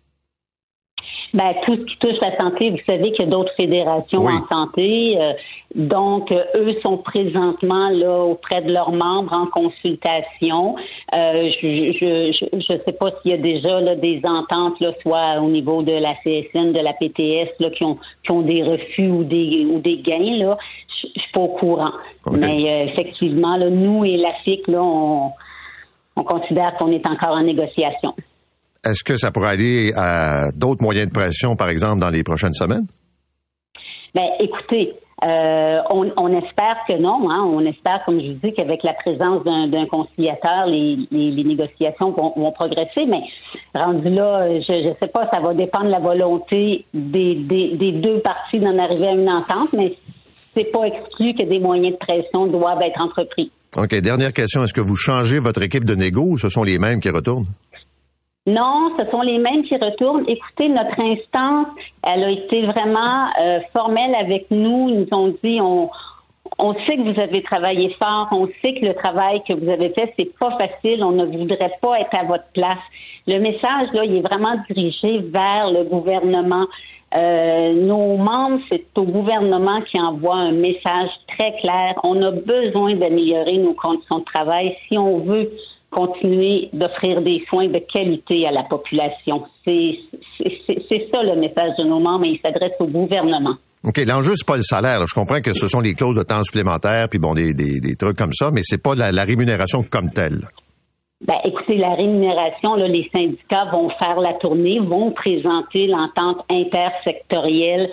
Ben, tout ce qui touche la santé, vous savez qu'il y a d'autres fédérations oui. en santé. Euh, donc, euh, eux sont présentement là auprès de leurs membres en consultation. Euh, je je je sais pas s'il y a déjà là des ententes là, soit au niveau de la C S N, de la P T S là, qui ont qui ont des refus ou des ou des gains là. Je, je suis pas au courant. Okay. Mais euh, effectivement, là, nous et la F I C là, on on considère qu'on est encore en négociation. Est-ce que ça pourrait aller à d'autres moyens de pression, par exemple, dans les prochaines semaines? Bien, écoutez, euh, on, on espère que non. Hein. On espère, comme je vous dis, qu'avec la présence d'un, d'un conciliateur, les, les, les négociations vont, vont progresser. Mais rendu là, je ne sais pas, ça va dépendre de la volonté des, des, des deux parties d'en arriver à une entente, mais c'est pas exclu que des moyens de pression doivent être entrepris. OK. Dernière question. Est-ce que vous changez votre équipe de négo ou ce sont les mêmes qui retournent? Non, ce sont les mêmes qui retournent. Écoutez, notre instance, elle a été vraiment euh, formelle avec nous. Ils nous ont dit, on, on sait que vous avez travaillé fort, on sait que le travail que vous avez fait, c'est pas facile, on ne voudrait pas être à votre place. Le message, là, il est vraiment dirigé vers le gouvernement. Euh, nos membres, c'est au gouvernement qui envoie un message très clair. On a besoin d'améliorer nos conditions de travail si on veut continuer d'offrir des soins de qualité à la population. C'est, c'est, c'est, c'est ça le message de nos membres et il s'adresse au gouvernement. OK, l'enjeu, c'est pas le salaire. Là. Je comprends que ce sont les clauses de temps supplémentaires puis bon, des, des, des trucs comme ça, mais c'est pas la, la rémunération comme telle. Ben, écoutez, la rémunération, là, les syndicats vont faire la tournée, vont présenter l'entente intersectorielle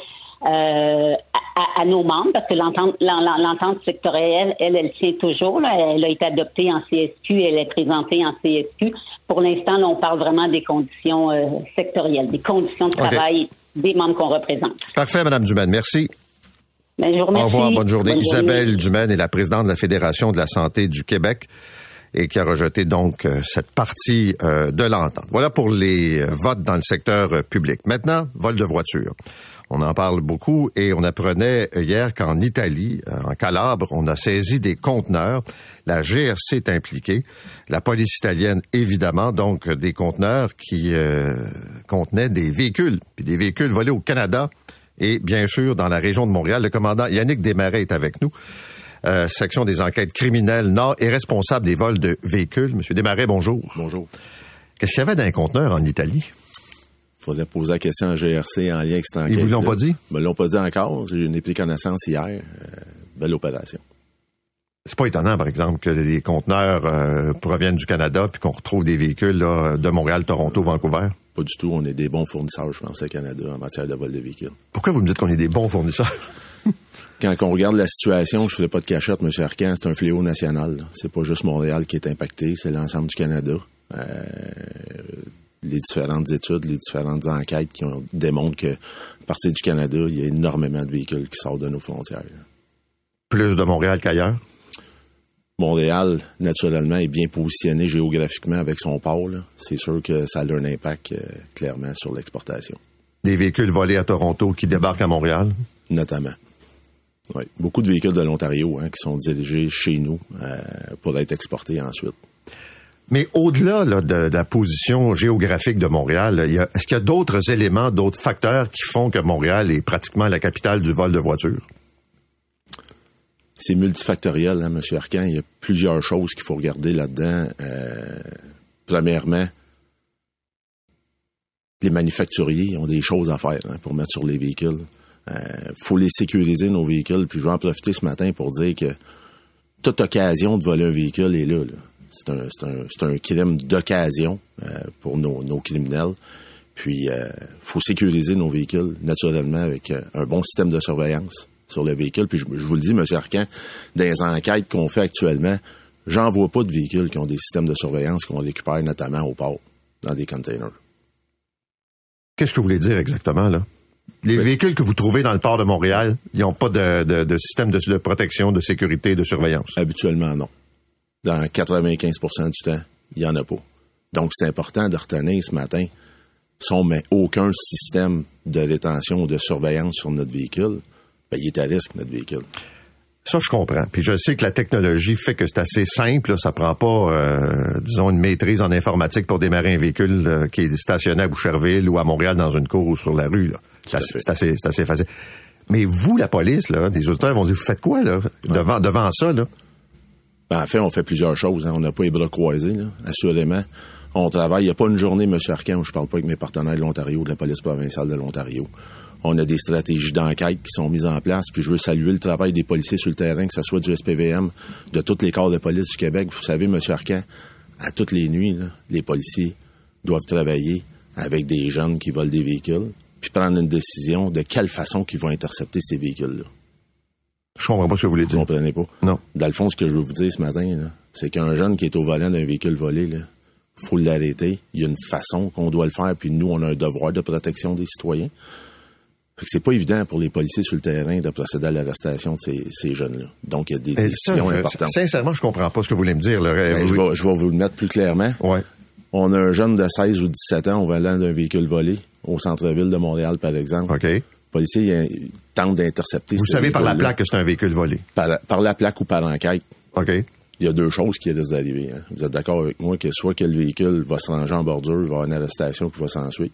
euh, à, à nos membres, parce que l'entente, l'entente sectorielle, elle, elle tient toujours. Là, elle a été adoptée en C S Q, elle est présentée en C S Q. Pour l'instant, là, on parle vraiment des conditions euh, sectorielles, des conditions de travail okay. des membres qu'on représente. Parfait, Mme Dumaine, merci. Ben, je vous remercie. Au revoir, bonne journée. Bonne Isabelle journée. Dumaine est la présidente de la Fédération de la santé du Québec et qui a rejeté donc euh, cette partie euh, de l'entente. Voilà pour les euh, votes dans le secteur euh, public. Maintenant, vol de voiture. On en parle beaucoup et on apprenait hier qu'en Italie, en Calabre, on a saisi des conteneurs. La G R C est impliquée. La police italienne, évidemment, donc des conteneurs qui euh, contenaient des véhicules, puis des véhicules volés au Canada et bien sûr dans la région de Montréal. Le commandant Yannick Desmarais est avec nous. Euh, section des enquêtes criminelles Nord et responsable des vols de véhicules. Monsieur Desmarais, bonjour. Bonjour. Qu'est-ce qu'il y avait dans un conteneur en Italie? Il faudrait poser la question à G R C en lien avec cette enquête. Ils vous l'ont pas dit? Ils me l'ont pas dit encore. J'ai une pris connaissance hier. Euh, belle opération. C'est pas étonnant, par exemple, que les conteneurs euh, proviennent du Canada puis qu'on retrouve des véhicules là, de Montréal, Toronto, Vancouver? Pas du tout. On est des bons fournisseurs, je pense, au Canada en matière de vol de véhicules. Pourquoi vous me dites qu'on est des bons fournisseurs? Quand on regarde la situation, je ne fais pas de cachette, M. Arcan, c'est un fléau national. Là. C'est pas juste Montréal qui est impacté, c'est l'ensemble du Canada. Euh, les différentes études, les différentes enquêtes qui ont, démontrent que, à partir du Canada, il y a énormément de véhicules qui sortent de nos frontières. Là. Plus de Montréal qu'ailleurs? Montréal, naturellement, est bien positionné géographiquement avec son port. Là. C'est sûr que ça a un impact euh, clairement sur l'exportation. Des véhicules volés à Toronto qui débarquent à Montréal? Notamment. Oui. Beaucoup de véhicules de l'Ontario hein, qui sont dirigés chez nous euh, pour être exportés ensuite. Mais au-delà là, de, de la position géographique de Montréal, là, il y a, est-ce qu'il y a d'autres éléments, d'autres facteurs qui font que Montréal est pratiquement la capitale du vol de voitures? C'est multifactoriel, hein, M. Arcan. Il y a plusieurs choses qu'il faut regarder là-dedans. Euh, premièrement, les manufacturiers ont des choses à faire hein, pour mettre sur les véhicules. Il euh, faut les sécuriser, nos véhicules. Puis je vais en profiter ce matin pour dire que toute occasion de voler un véhicule est là. là. C'est, un, c'est, un, c'est un crime d'occasion euh, pour nos, nos criminels. Puis il euh, faut sécuriser nos véhicules, naturellement, avec euh, un bon système de surveillance sur le véhicule. Puis je, je vous le dis, M. Arcan, dans les enquêtes qu'on fait actuellement, j'en vois pas de véhicules qui ont des systèmes de surveillance qu'on récupère notamment au port, dans des containers. Qu'est-ce que vous voulez dire exactement, là? Les oui. véhicules que vous trouvez dans le port de Montréal, ils n'ont pas de, de, de système de, de protection, de sécurité, de surveillance? Habituellement, non. Dans quatre-vingt-quinze pour cent du temps, il n'y en a pas. Donc, c'est important de retenir ce matin, si on ne met aucun système de rétention ou de surveillance sur notre véhicule, ben, il est à risque, notre véhicule. Ça, je comprends. Puis je sais que la technologie fait que c'est assez simple. Là. Ça prend pas, euh, disons, une maîtrise en informatique pour démarrer un véhicule euh, qui est stationné à Boucherville ou à Montréal dans une cour ou sur la rue. Là. C'est, assez, c'est, assez, c'est assez facile. Mais vous, la police, là, les auditeurs vont dire, vous faites quoi là, ouais. devant, devant ça? Là? Ben, en fait, on fait plusieurs choses. Hein. On n'a pas les bras croisés, là, assurément. On travaille. Il n'y a pas une journée, M. Arcan, où je ne parle pas avec mes partenaires de l'Ontario, de la police provinciale de l'Ontario. On a des stratégies d'enquête qui sont mises en place. Puis je veux saluer le travail des policiers sur le terrain, que ce soit du S P V M, de tous les corps de police du Québec. Vous savez, M. Arcan, à toutes les nuits, là, les policiers doivent travailler avec des jeunes qui volent des véhicules, puis prendre une décision de quelle façon ils vont intercepter ces véhicules-là. Je comprends pas ce que vous voulez dire. Vous comprenez pas? Non. Dans le fond, ce que je veux vous dire ce matin, là, c'est qu'un jeune qui est au volant d'un véhicule volé, il faut l'arrêter. Il y a une façon qu'on doit le faire, puis nous, on a un devoir de protection des citoyens. Fait que c'est pas évident pour les policiers sur le terrain de procéder à l'arrestation de ces, ces jeunes-là. Donc, il y a des Et décisions ça, je, importantes. Sincèrement, je comprends pas ce que vous voulez me dire. Là. Ben, oui. je, vais, je vais vous le mettre plus clairement. Ouais. On a un jeune de seize ou dix-sept ans au volant d'un véhicule volé au centre-ville de Montréal, par exemple. OK. Le policier il, il tente d'intercepter. Vous savez par la plaque que c'est un véhicule volé? Par, par la plaque ou par enquête. OK. Il y a deux choses qui risquent d'arriver. Hein. Vous êtes d'accord avec moi que soit que le véhicule va se ranger en bordure, il va y avoir une arrestation qui va s'en suivre,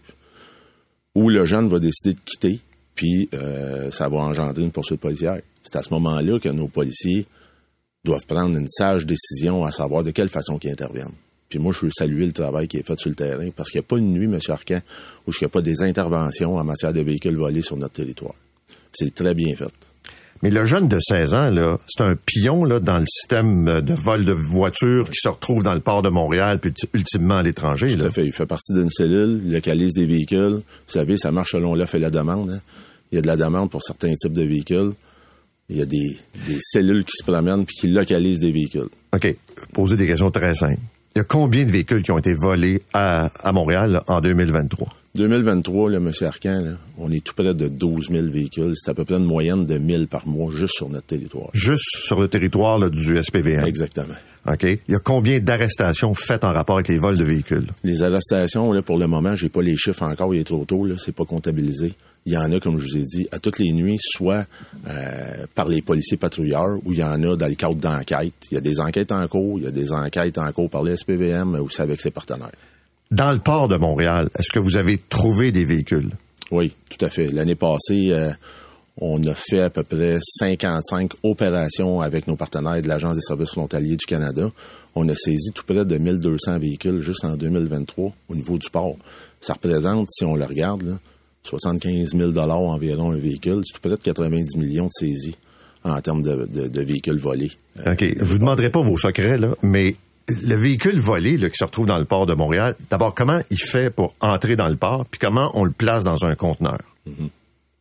ou le jeune va décider de quitter, puis euh, ça va engendrer une poursuite policière. C'est à ce moment-là que nos policiers doivent prendre une sage décision à savoir de quelle façon qu'ils interviennent. Puis moi, je veux saluer le travail qui est fait sur le terrain, parce qu'il n'y a pas une nuit, M. Arcan, où il n'y a pas des interventions en matière de véhicules volés sur notre territoire. C'est très bien fait. Mais le jeune de seize ans, là, c'est un pion là, dans le système de vol de voitures qui se retrouve dans le port de Montréal, puis ultimement à l'étranger. Tout là. à fait. Il fait partie d'une cellule, il localise des véhicules. Vous savez, ça marche selon l'offre et la demande. Hein. Il y a de la demande pour certains types de véhicules. Il y a des, des cellules qui se promènent puis qui localisent des véhicules. OK. Poser des questions très simples. Il y a combien de véhicules qui ont été volés à, à Montréal là, en deux mille vingt-trois? deux mille vingt-trois, là, M. Arcan, là, on est tout près de douze mille véhicules. C'est à peu près une moyenne de mille par mois juste sur notre territoire. Juste sur le territoire là, du S P V M? Exactement. OK. Il y a combien d'arrestations faites en rapport avec les vols de véhicules? Les arrestations, là, pour le moment, j'ai pas les chiffres encore, il est trop tôt, là, c'est pas comptabilisé. Il y en a, comme je vous ai dit, à toutes les nuits, soit euh, par les policiers patrouilleurs, ou il y en a dans le cadre d'enquêtes. Il y a des enquêtes en cours, il y a des enquêtes en cours par le S P V M, ou c'est avec ses partenaires. Dans le port de Montréal, est-ce que vous avez trouvé des véhicules? Oui, tout à fait. L'année passée, euh, on a fait à peu près cinquante-cinq opérations avec nos partenaires de l'Agence des services frontaliers du Canada. On a saisi tout près de mille deux cents véhicules juste en deux mille vingt-trois au niveau du port. Ça représente, si on le regarde, là, soixante-quinze mille dollars environ un véhicule. C'est tout près de quatre-vingt-dix millions de saisies en termes de, de, de véhicules volés. OK. Je vous demanderai pas vos secrets, là, mais le véhicule volé là, qui se retrouve dans le port de Montréal, d'abord, comment il fait pour entrer dans le port, puis comment on le place dans un conteneur? Mm-hmm. Vous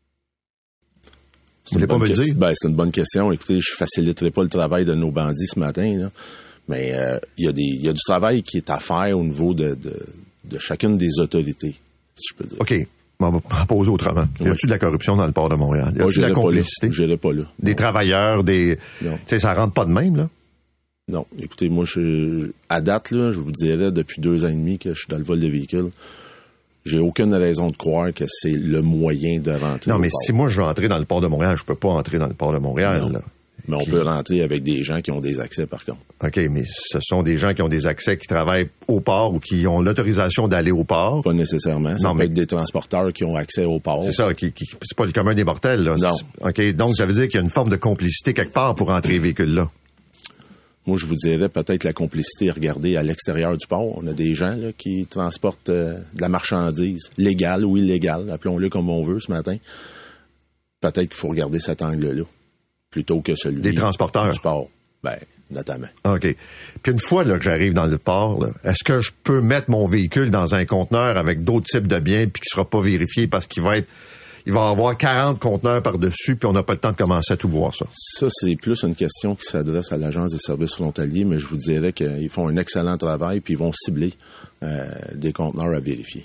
voulez pas me le dire? Ben, c'est une bonne question. Écoutez, je faciliterai pas le travail de nos bandits ce matin, là. Mais euh, il y a des, il y a du travail qui est à faire au niveau de, de, de chacune des autorités, si je peux dire. OK. On va poser autrement. Y a-t-il oui. de la corruption dans le port de Montréal? Y a-t-il de la complicité? Je n'irai pas là. Des non. travailleurs, des... Tu sais, ça rentre pas de même, là? Non. Écoutez, moi, je, à date, là, je vous dirais, depuis deux ans et demi que je suis dans le vol de véhicules, j'ai aucune raison de croire que c'est le moyen de rentrer. Non, mais port. Si moi, je veux entrer dans le port de Montréal, je peux pas entrer dans le port de Montréal, non. là. Mais on Puis... peut rentrer avec des gens qui ont des accès, par contre. OK, mais ce sont des gens qui ont des accès, qui travaillent au port ou qui ont l'autorisation d'aller au port? Pas nécessairement. Ça non, peut mais... être des transporteurs qui ont accès au port. C'est ça, qui, qui, c'est pas le commun des mortels, là. Non. OK, donc ça veut dire qu'il y a une forme de complicité quelque part pour entrer les véhicules-là. Moi, je vous dirais peut-être la complicité à regarder à l'extérieur du port. On a des gens là, qui transportent euh, de la marchandise, légale ou illégale, appelons-le comme on veut ce matin. Peut-être qu'il faut regarder cet angle-là, plutôt que celui des transporteurs du port. Ben, notamment. OK. Puis une fois là, que j'arrive dans le port, là, est-ce que je peux mettre mon véhicule dans un conteneur avec d'autres types de biens puis qui sera pas vérifié parce qu'il va être il va y avoir quarante conteneurs par-dessus, puis on n'a pas le temps de commencer à tout voir ça. Ça, c'est plus une question qui s'adresse à l'Agence des services frontaliers, mais je vous dirais qu'ils font un excellent travail, puis ils vont cibler euh, des conteneurs à vérifier.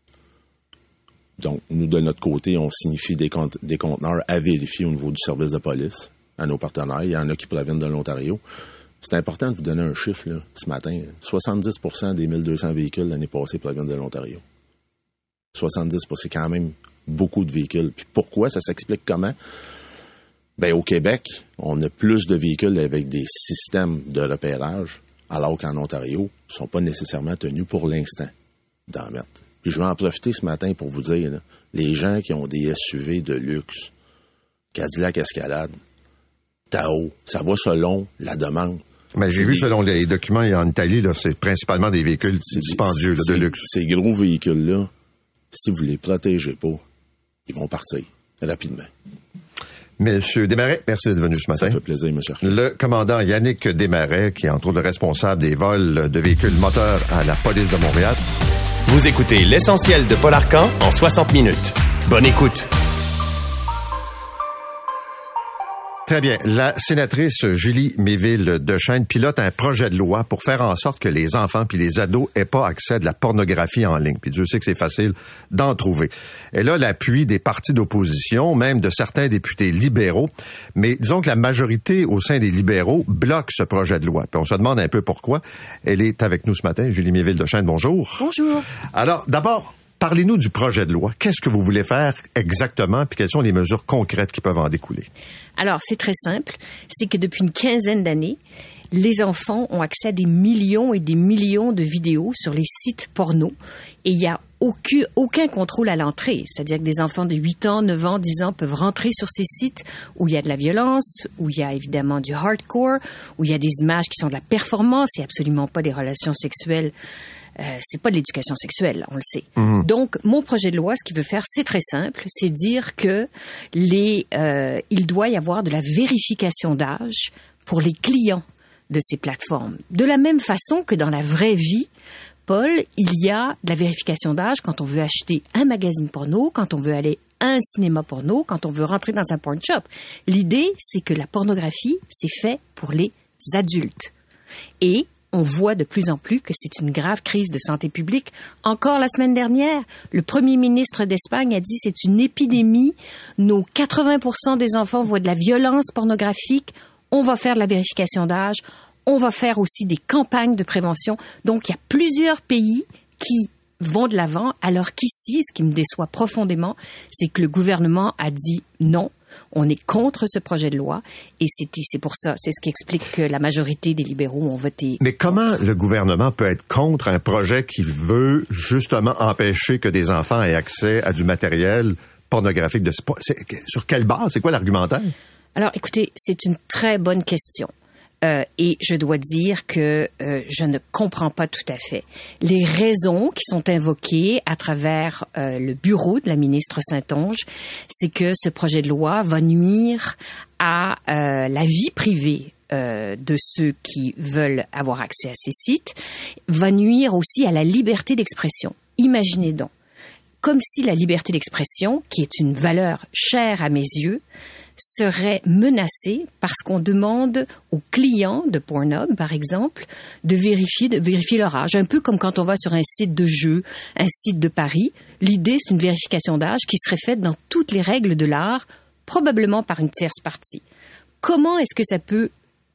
Donc, nous, de notre côté, on signifie des, cont- des conteneurs à vérifier au niveau du service de police à nos partenaires. Il y en a qui proviennent de l'Ontario. C'est important de vous donner un chiffre, là, ce matin. soixante-dix pour cent des mille deux cents véhicules l'année passée proviennent de l'Ontario. soixante-dix pour cent, c'est quand même beaucoup de véhicules. Puis pourquoi? Ça s'explique comment? Ben, au Québec, on a plus de véhicules avec des systèmes de repérage, alors qu'en Ontario, ils ne sont pas nécessairement tenus pour l'instant d'en mettre. Puis je vais en profiter ce matin pour vous dire, là, les gens qui ont des S U V de luxe, Cadillac Escalade, Tahoe, ça va selon la demande. Mais j'ai c'est vu, des... selon les documents en Italie, là, c'est principalement des véhicules c'est dispendieux des... là, de luxe. Ces gros véhicules-là, si vous les protégez pas, ils vont partir rapidement. Monsieur Desmarais, merci d'être venu ce matin. Ça fait plaisir, monsieur. Le commandant Yannick Desmarais, qui est entre autres le responsable des vols de véhicules moteurs à la police de Montréal. Vous écoutez l'essentiel de Paul Arcan en soixante minutes. Bonne écoute. Très bien. La sénatrice Julie Méville-Deschênes pilote un projet de loi pour faire en sorte que les enfants puis les ados aient pas accès à de la pornographie en ligne. Puis Dieu sait que c'est facile d'en trouver. Elle a l'appui des partis d'opposition, même de certains députés libéraux. Mais disons que la majorité au sein des libéraux bloque ce projet de loi. Puis on se demande un peu pourquoi. Elle est avec nous ce matin. Julie Méville-Deschênes, bonjour. Bonjour. Alors, d'abord, parlez-nous du projet de loi. Qu'est-ce que vous voulez faire exactement, puis quelles sont les mesures concrètes qui peuvent en découler? Alors, c'est très simple. C'est que depuis une quinzaine d'années, les enfants ont accès à des millions et des millions de vidéos sur les sites porno. Et il n'y a aucun, aucun contrôle à l'entrée. C'est-à-dire que des enfants de huit ans, neuf ans, dix ans peuvent rentrer sur ces sites où il y a de la violence, où il y a évidemment du hardcore, où il y a des images qui sont de la performance et absolument pas des relations sexuelles. Euh, c'est pas de l'éducation sexuelle, on le sait. Mmh. Donc, mon projet de loi, ce qu'il veut faire, c'est très simple, c'est dire que les, euh, il doit y avoir de la vérification d'âge pour les clients de ces plateformes. De la même façon que dans la vraie vie, Paul, il y a de la vérification d'âge quand on veut acheter un magazine porno, quand on veut aller à un cinéma porno, quand on veut rentrer dans un porn shop. L'idée, c'est que la pornographie, c'est fait pour les adultes. Et on voit de plus en plus que c'est une grave crise de santé publique. Encore la semaine dernière, le premier ministre d'Espagne a dit c'est une épidémie. Nos quatre-vingts pour cent des enfants voient de la violence pornographique. On va faire de la vérification d'âge. On va faire aussi des campagnes de prévention. Donc, il y a plusieurs pays qui vont de l'avant, alors qu'ici, ce qui me déçoit profondément, c'est que le gouvernement a dit non. On est contre ce projet de loi et c'est, c'est pour ça, c'est ce qui explique que la majorité des libéraux ont voté. Mais comment le gouvernement peut être contre un projet qui veut justement empêcher que des enfants aient accès à du matériel pornographique de sport? C'est, sur quelle base? C'est quoi l'argumentaire? Alors, écoutez, c'est une très bonne question. Euh, et je dois dire que euh, je ne comprends pas tout à fait les raisons qui sont invoquées à travers euh, le bureau de la ministre Saint-Onge. C'est que ce projet de loi va nuire à euh, la vie privée euh, de ceux qui veulent avoir accès à ces sites, va nuire aussi à la liberté d'expression. Imaginez donc, comme si la liberté d'expression, qui est une valeur chère à mes yeux, serait menacée parce qu'on demande aux clients de Pornhub, par exemple, de vérifier, de vérifier leur âge. Un peu comme quand on va sur un site de jeu, un site de paris. L'idée, c'est une vérification d'âge qui serait faite dans toutes les règles de l'art, probablement par une tierce partie. Comment est-ce que ça peut...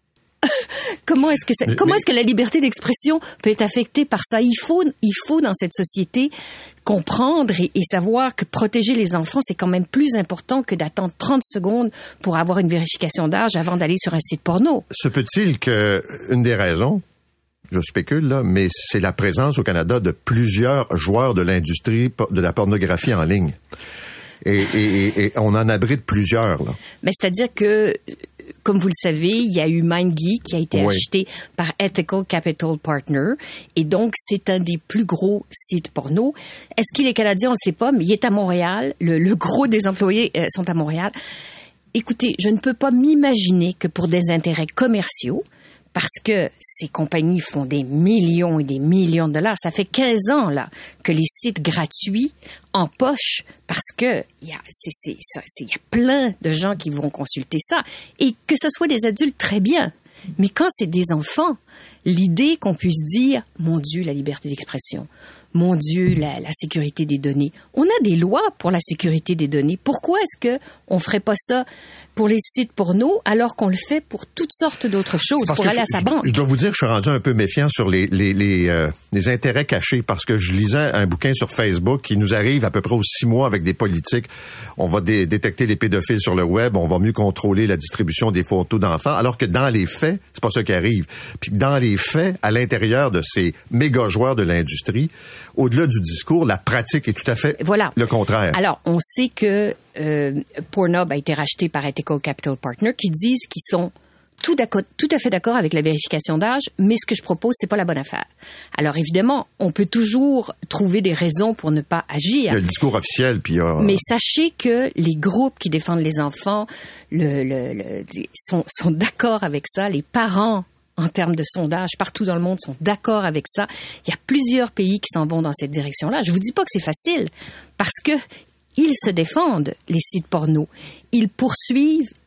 comment est-ce que ça... mais, comment mais... est-ce que la liberté d'expression peut être affectée par ça? Il faut, il faut dans cette société comprendre et, et savoir que protéger les enfants, c'est quand même plus important que d'attendre trente secondes pour avoir une vérification d'âge avant d'aller sur un site porno. Se peut-il que une des raisons, je spécule là, mais c'est la présence au Canada de plusieurs joueurs de l'industrie de la pornographie en ligne. Et, et, et, et on en abrite plusieurs, là. Mais c'est-à-dire que, comme vous le savez, il y a eu MindGeek qui a été oui. acheté par Ethical Capital Partner. Et donc, c'est un des plus gros sites porno. Est-ce qu'il est canadien? On ne le sait pas, mais il est à Montréal. Le, le gros des employés euh, sont à Montréal. Écoutez, je ne peux pas m'imaginer que pour des intérêts commerciaux, parce que ces compagnies font des millions et des millions de dollars. Ça fait quinze ans, là, que les sites gratuits empochent parce que il y a, c'est, c'est, ça, c'est, y a plein de gens qui vont consulter ça. Et que ce soit des adultes, très bien. Mais quand c'est des enfants, l'idée qu'on puisse dire, mon Dieu, la liberté d'expression, mon Dieu, la, la sécurité des données. On a des lois pour la sécurité des données. Pourquoi est-ce que on ferait pas ça pour les sites porno alors qu'on le fait pour toutes sortes d'autres choses, pour aller à sa je, banque? Je dois vous dire que je suis rendu un peu méfiant sur les les les, euh, les intérêts cachés parce que je lisais un bouquin sur Facebook qui nous arrive à peu près aux six mois avec des politiques. On va dé- détecter les pédophiles sur le web, on va mieux contrôler la distribution des photos d'enfants, alors que dans les faits, c'est pas ça qui arrive. Puis dans les faits, à l'intérieur de ces méga joueurs de l'industrie, au-delà du discours, la pratique est tout à fait voilà. le contraire. Alors, on sait que euh, Pornhub a été racheté par Ethical Capital Partner qui disent qu'ils sont tout, tout à fait d'accord avec la vérification d'âge, mais ce que je propose, c'est pas la bonne affaire. Alors, évidemment, on peut toujours trouver des raisons pour ne pas agir. Il y a le discours officiel, puis... Euh... Mais sachez que les groupes qui défendent les enfants le, le, le, sont, sont d'accord avec ça. Les parents, en termes de sondage, partout dans le monde, sont d'accord avec ça. Il y a plusieurs pays qui s'en vont dans cette direction-là. Je vous dis pas que c'est facile, parce que ils se défendent, les sites porno. Ils poursuivent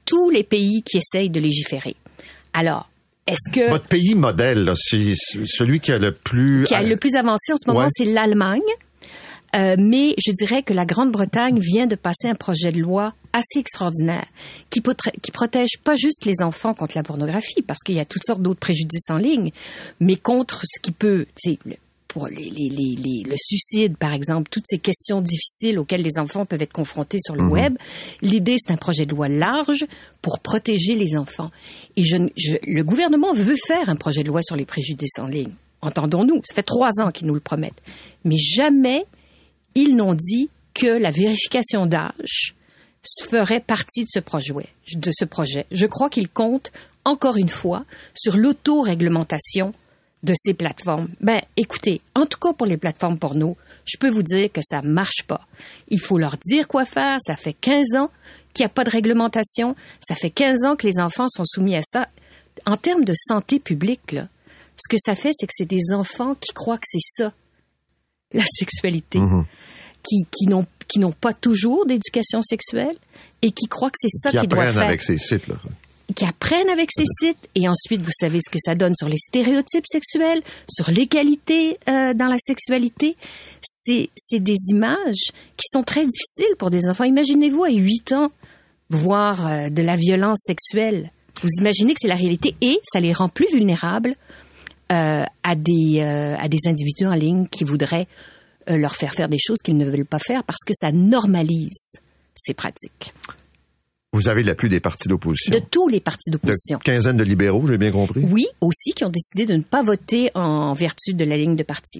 tous les pays qui essayent de légiférer. Alors, est-ce que... Votre pays modèle, là, c'est celui qui a le plus... Qui a le plus avancé en ce moment, ouais. c'est l'Allemagne. Euh, mais je dirais que la Grande-Bretagne vient de passer un projet de loi assez extraordinaire qui, potre- qui protège pas juste les enfants contre la pornographie, parce qu'il y a toutes sortes d'autres préjudices en ligne, mais contre ce qui peut... pour les, les, les, les, le suicide, par exemple, toutes ces questions difficiles auxquelles les enfants peuvent être confrontés sur le mmh. web. L'idée, c'est un projet de loi large pour protéger les enfants. Et je, je, le gouvernement veut faire un projet de loi sur les préjudices en ligne. Entendons-nous, ça fait trois ans qu'ils nous le promettent. Mais jamais ils n'ont dit que la vérification d'âge ferait partie de ce projet. De ce projet. Je crois qu'ils comptent, encore une fois, sur l'autoréglementation de ces plateformes. Ben, écoutez, en tout cas pour les plateformes porno, je peux vous dire que ça marche pas. Il faut leur dire quoi faire. Ça fait quinze ans qu'il n'y a pas de réglementation. Ça fait quinze ans que les enfants sont soumis à ça. En termes de santé publique, là, ce que ça fait, c'est que c'est des enfants qui croient que c'est ça, la sexualité, mmh. qui, qui n'ont qui n'ont pas toujours d'éducation sexuelle et qui croient que c'est ça qu'ils doivent faire. Qui apprennent avec ces sites, là. Qui apprennent avec ces sites, et ensuite, vous savez ce que ça donne sur les stéréotypes sexuels, sur l'égalité euh, dans la sexualité. C'est, c'est des images qui sont très difficiles pour des enfants. Imaginez-vous à huit ans voir euh, de la violence sexuelle. Vous imaginez que c'est la réalité, et ça les rend plus vulnérables euh, à des euh, à des individus en ligne qui voudraient euh, leur faire faire des choses qu'ils ne veulent pas faire parce que ça normalise ces pratiques. Vous avez l'appui des partis d'opposition. De tous les partis d'opposition. De quinzaine de libéraux, j'ai bien compris. Oui, aussi, qui ont décidé de ne pas voter en vertu de la ligne de parti.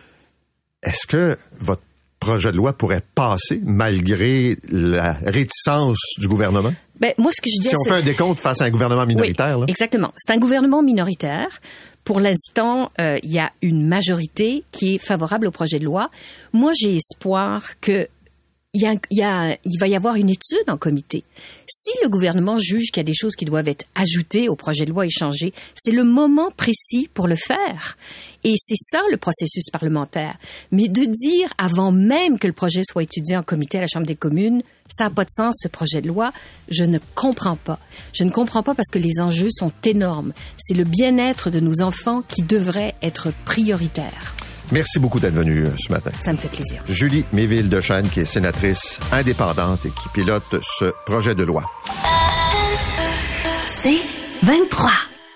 Est-ce que votre projet de loi pourrait passer malgré la réticence du gouvernement? Ben, moi, ce que je dis, si on c'est... fait un décompte face à un gouvernement minoritaire. Oui, là. Exactement. C'est un gouvernement minoritaire. Pour l'instant, euh, il y a une majorité qui est favorable au projet de loi. Moi, j'ai espoir que Il, y a, il, y a, il va y avoir une étude en comité. Si le gouvernement juge qu'il y a des choses qui doivent être ajoutées au projet de loi et changées, c'est le moment précis pour le faire. Et c'est ça le processus parlementaire. Mais de dire avant même que le projet soit étudié en comité à la Chambre des communes, ça n'a pas de sens, ce projet de loi. Je ne comprends pas. Je ne comprends pas parce que les enjeux sont énormes. C'est le bien-être de nos enfants qui devrait être prioritaire. Merci beaucoup d'être venue ce matin. Ça me fait plaisir. Julie Méville-Dechaine, qui est sénatrice indépendante et qui pilote ce projet de loi. C'est vingt-trois.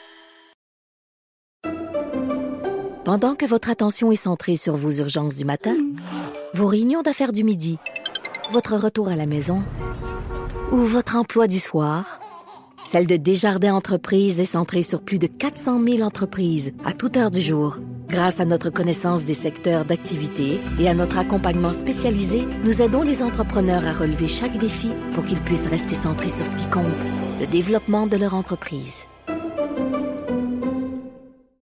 Pendant que votre attention est centrée sur vos urgences du matin, vos réunions d'affaires du midi, votre retour à la maison ou votre emploi du soir, celle de Desjardins Entreprises est centrée sur plus de quatre cent mille entreprises à toute heure du jour. Grâce à notre connaissance des secteurs d'activité et à notre accompagnement spécialisé, nous aidons les entrepreneurs à relever chaque défi pour qu'ils puissent rester centrés sur ce qui compte, le développement de leur entreprise.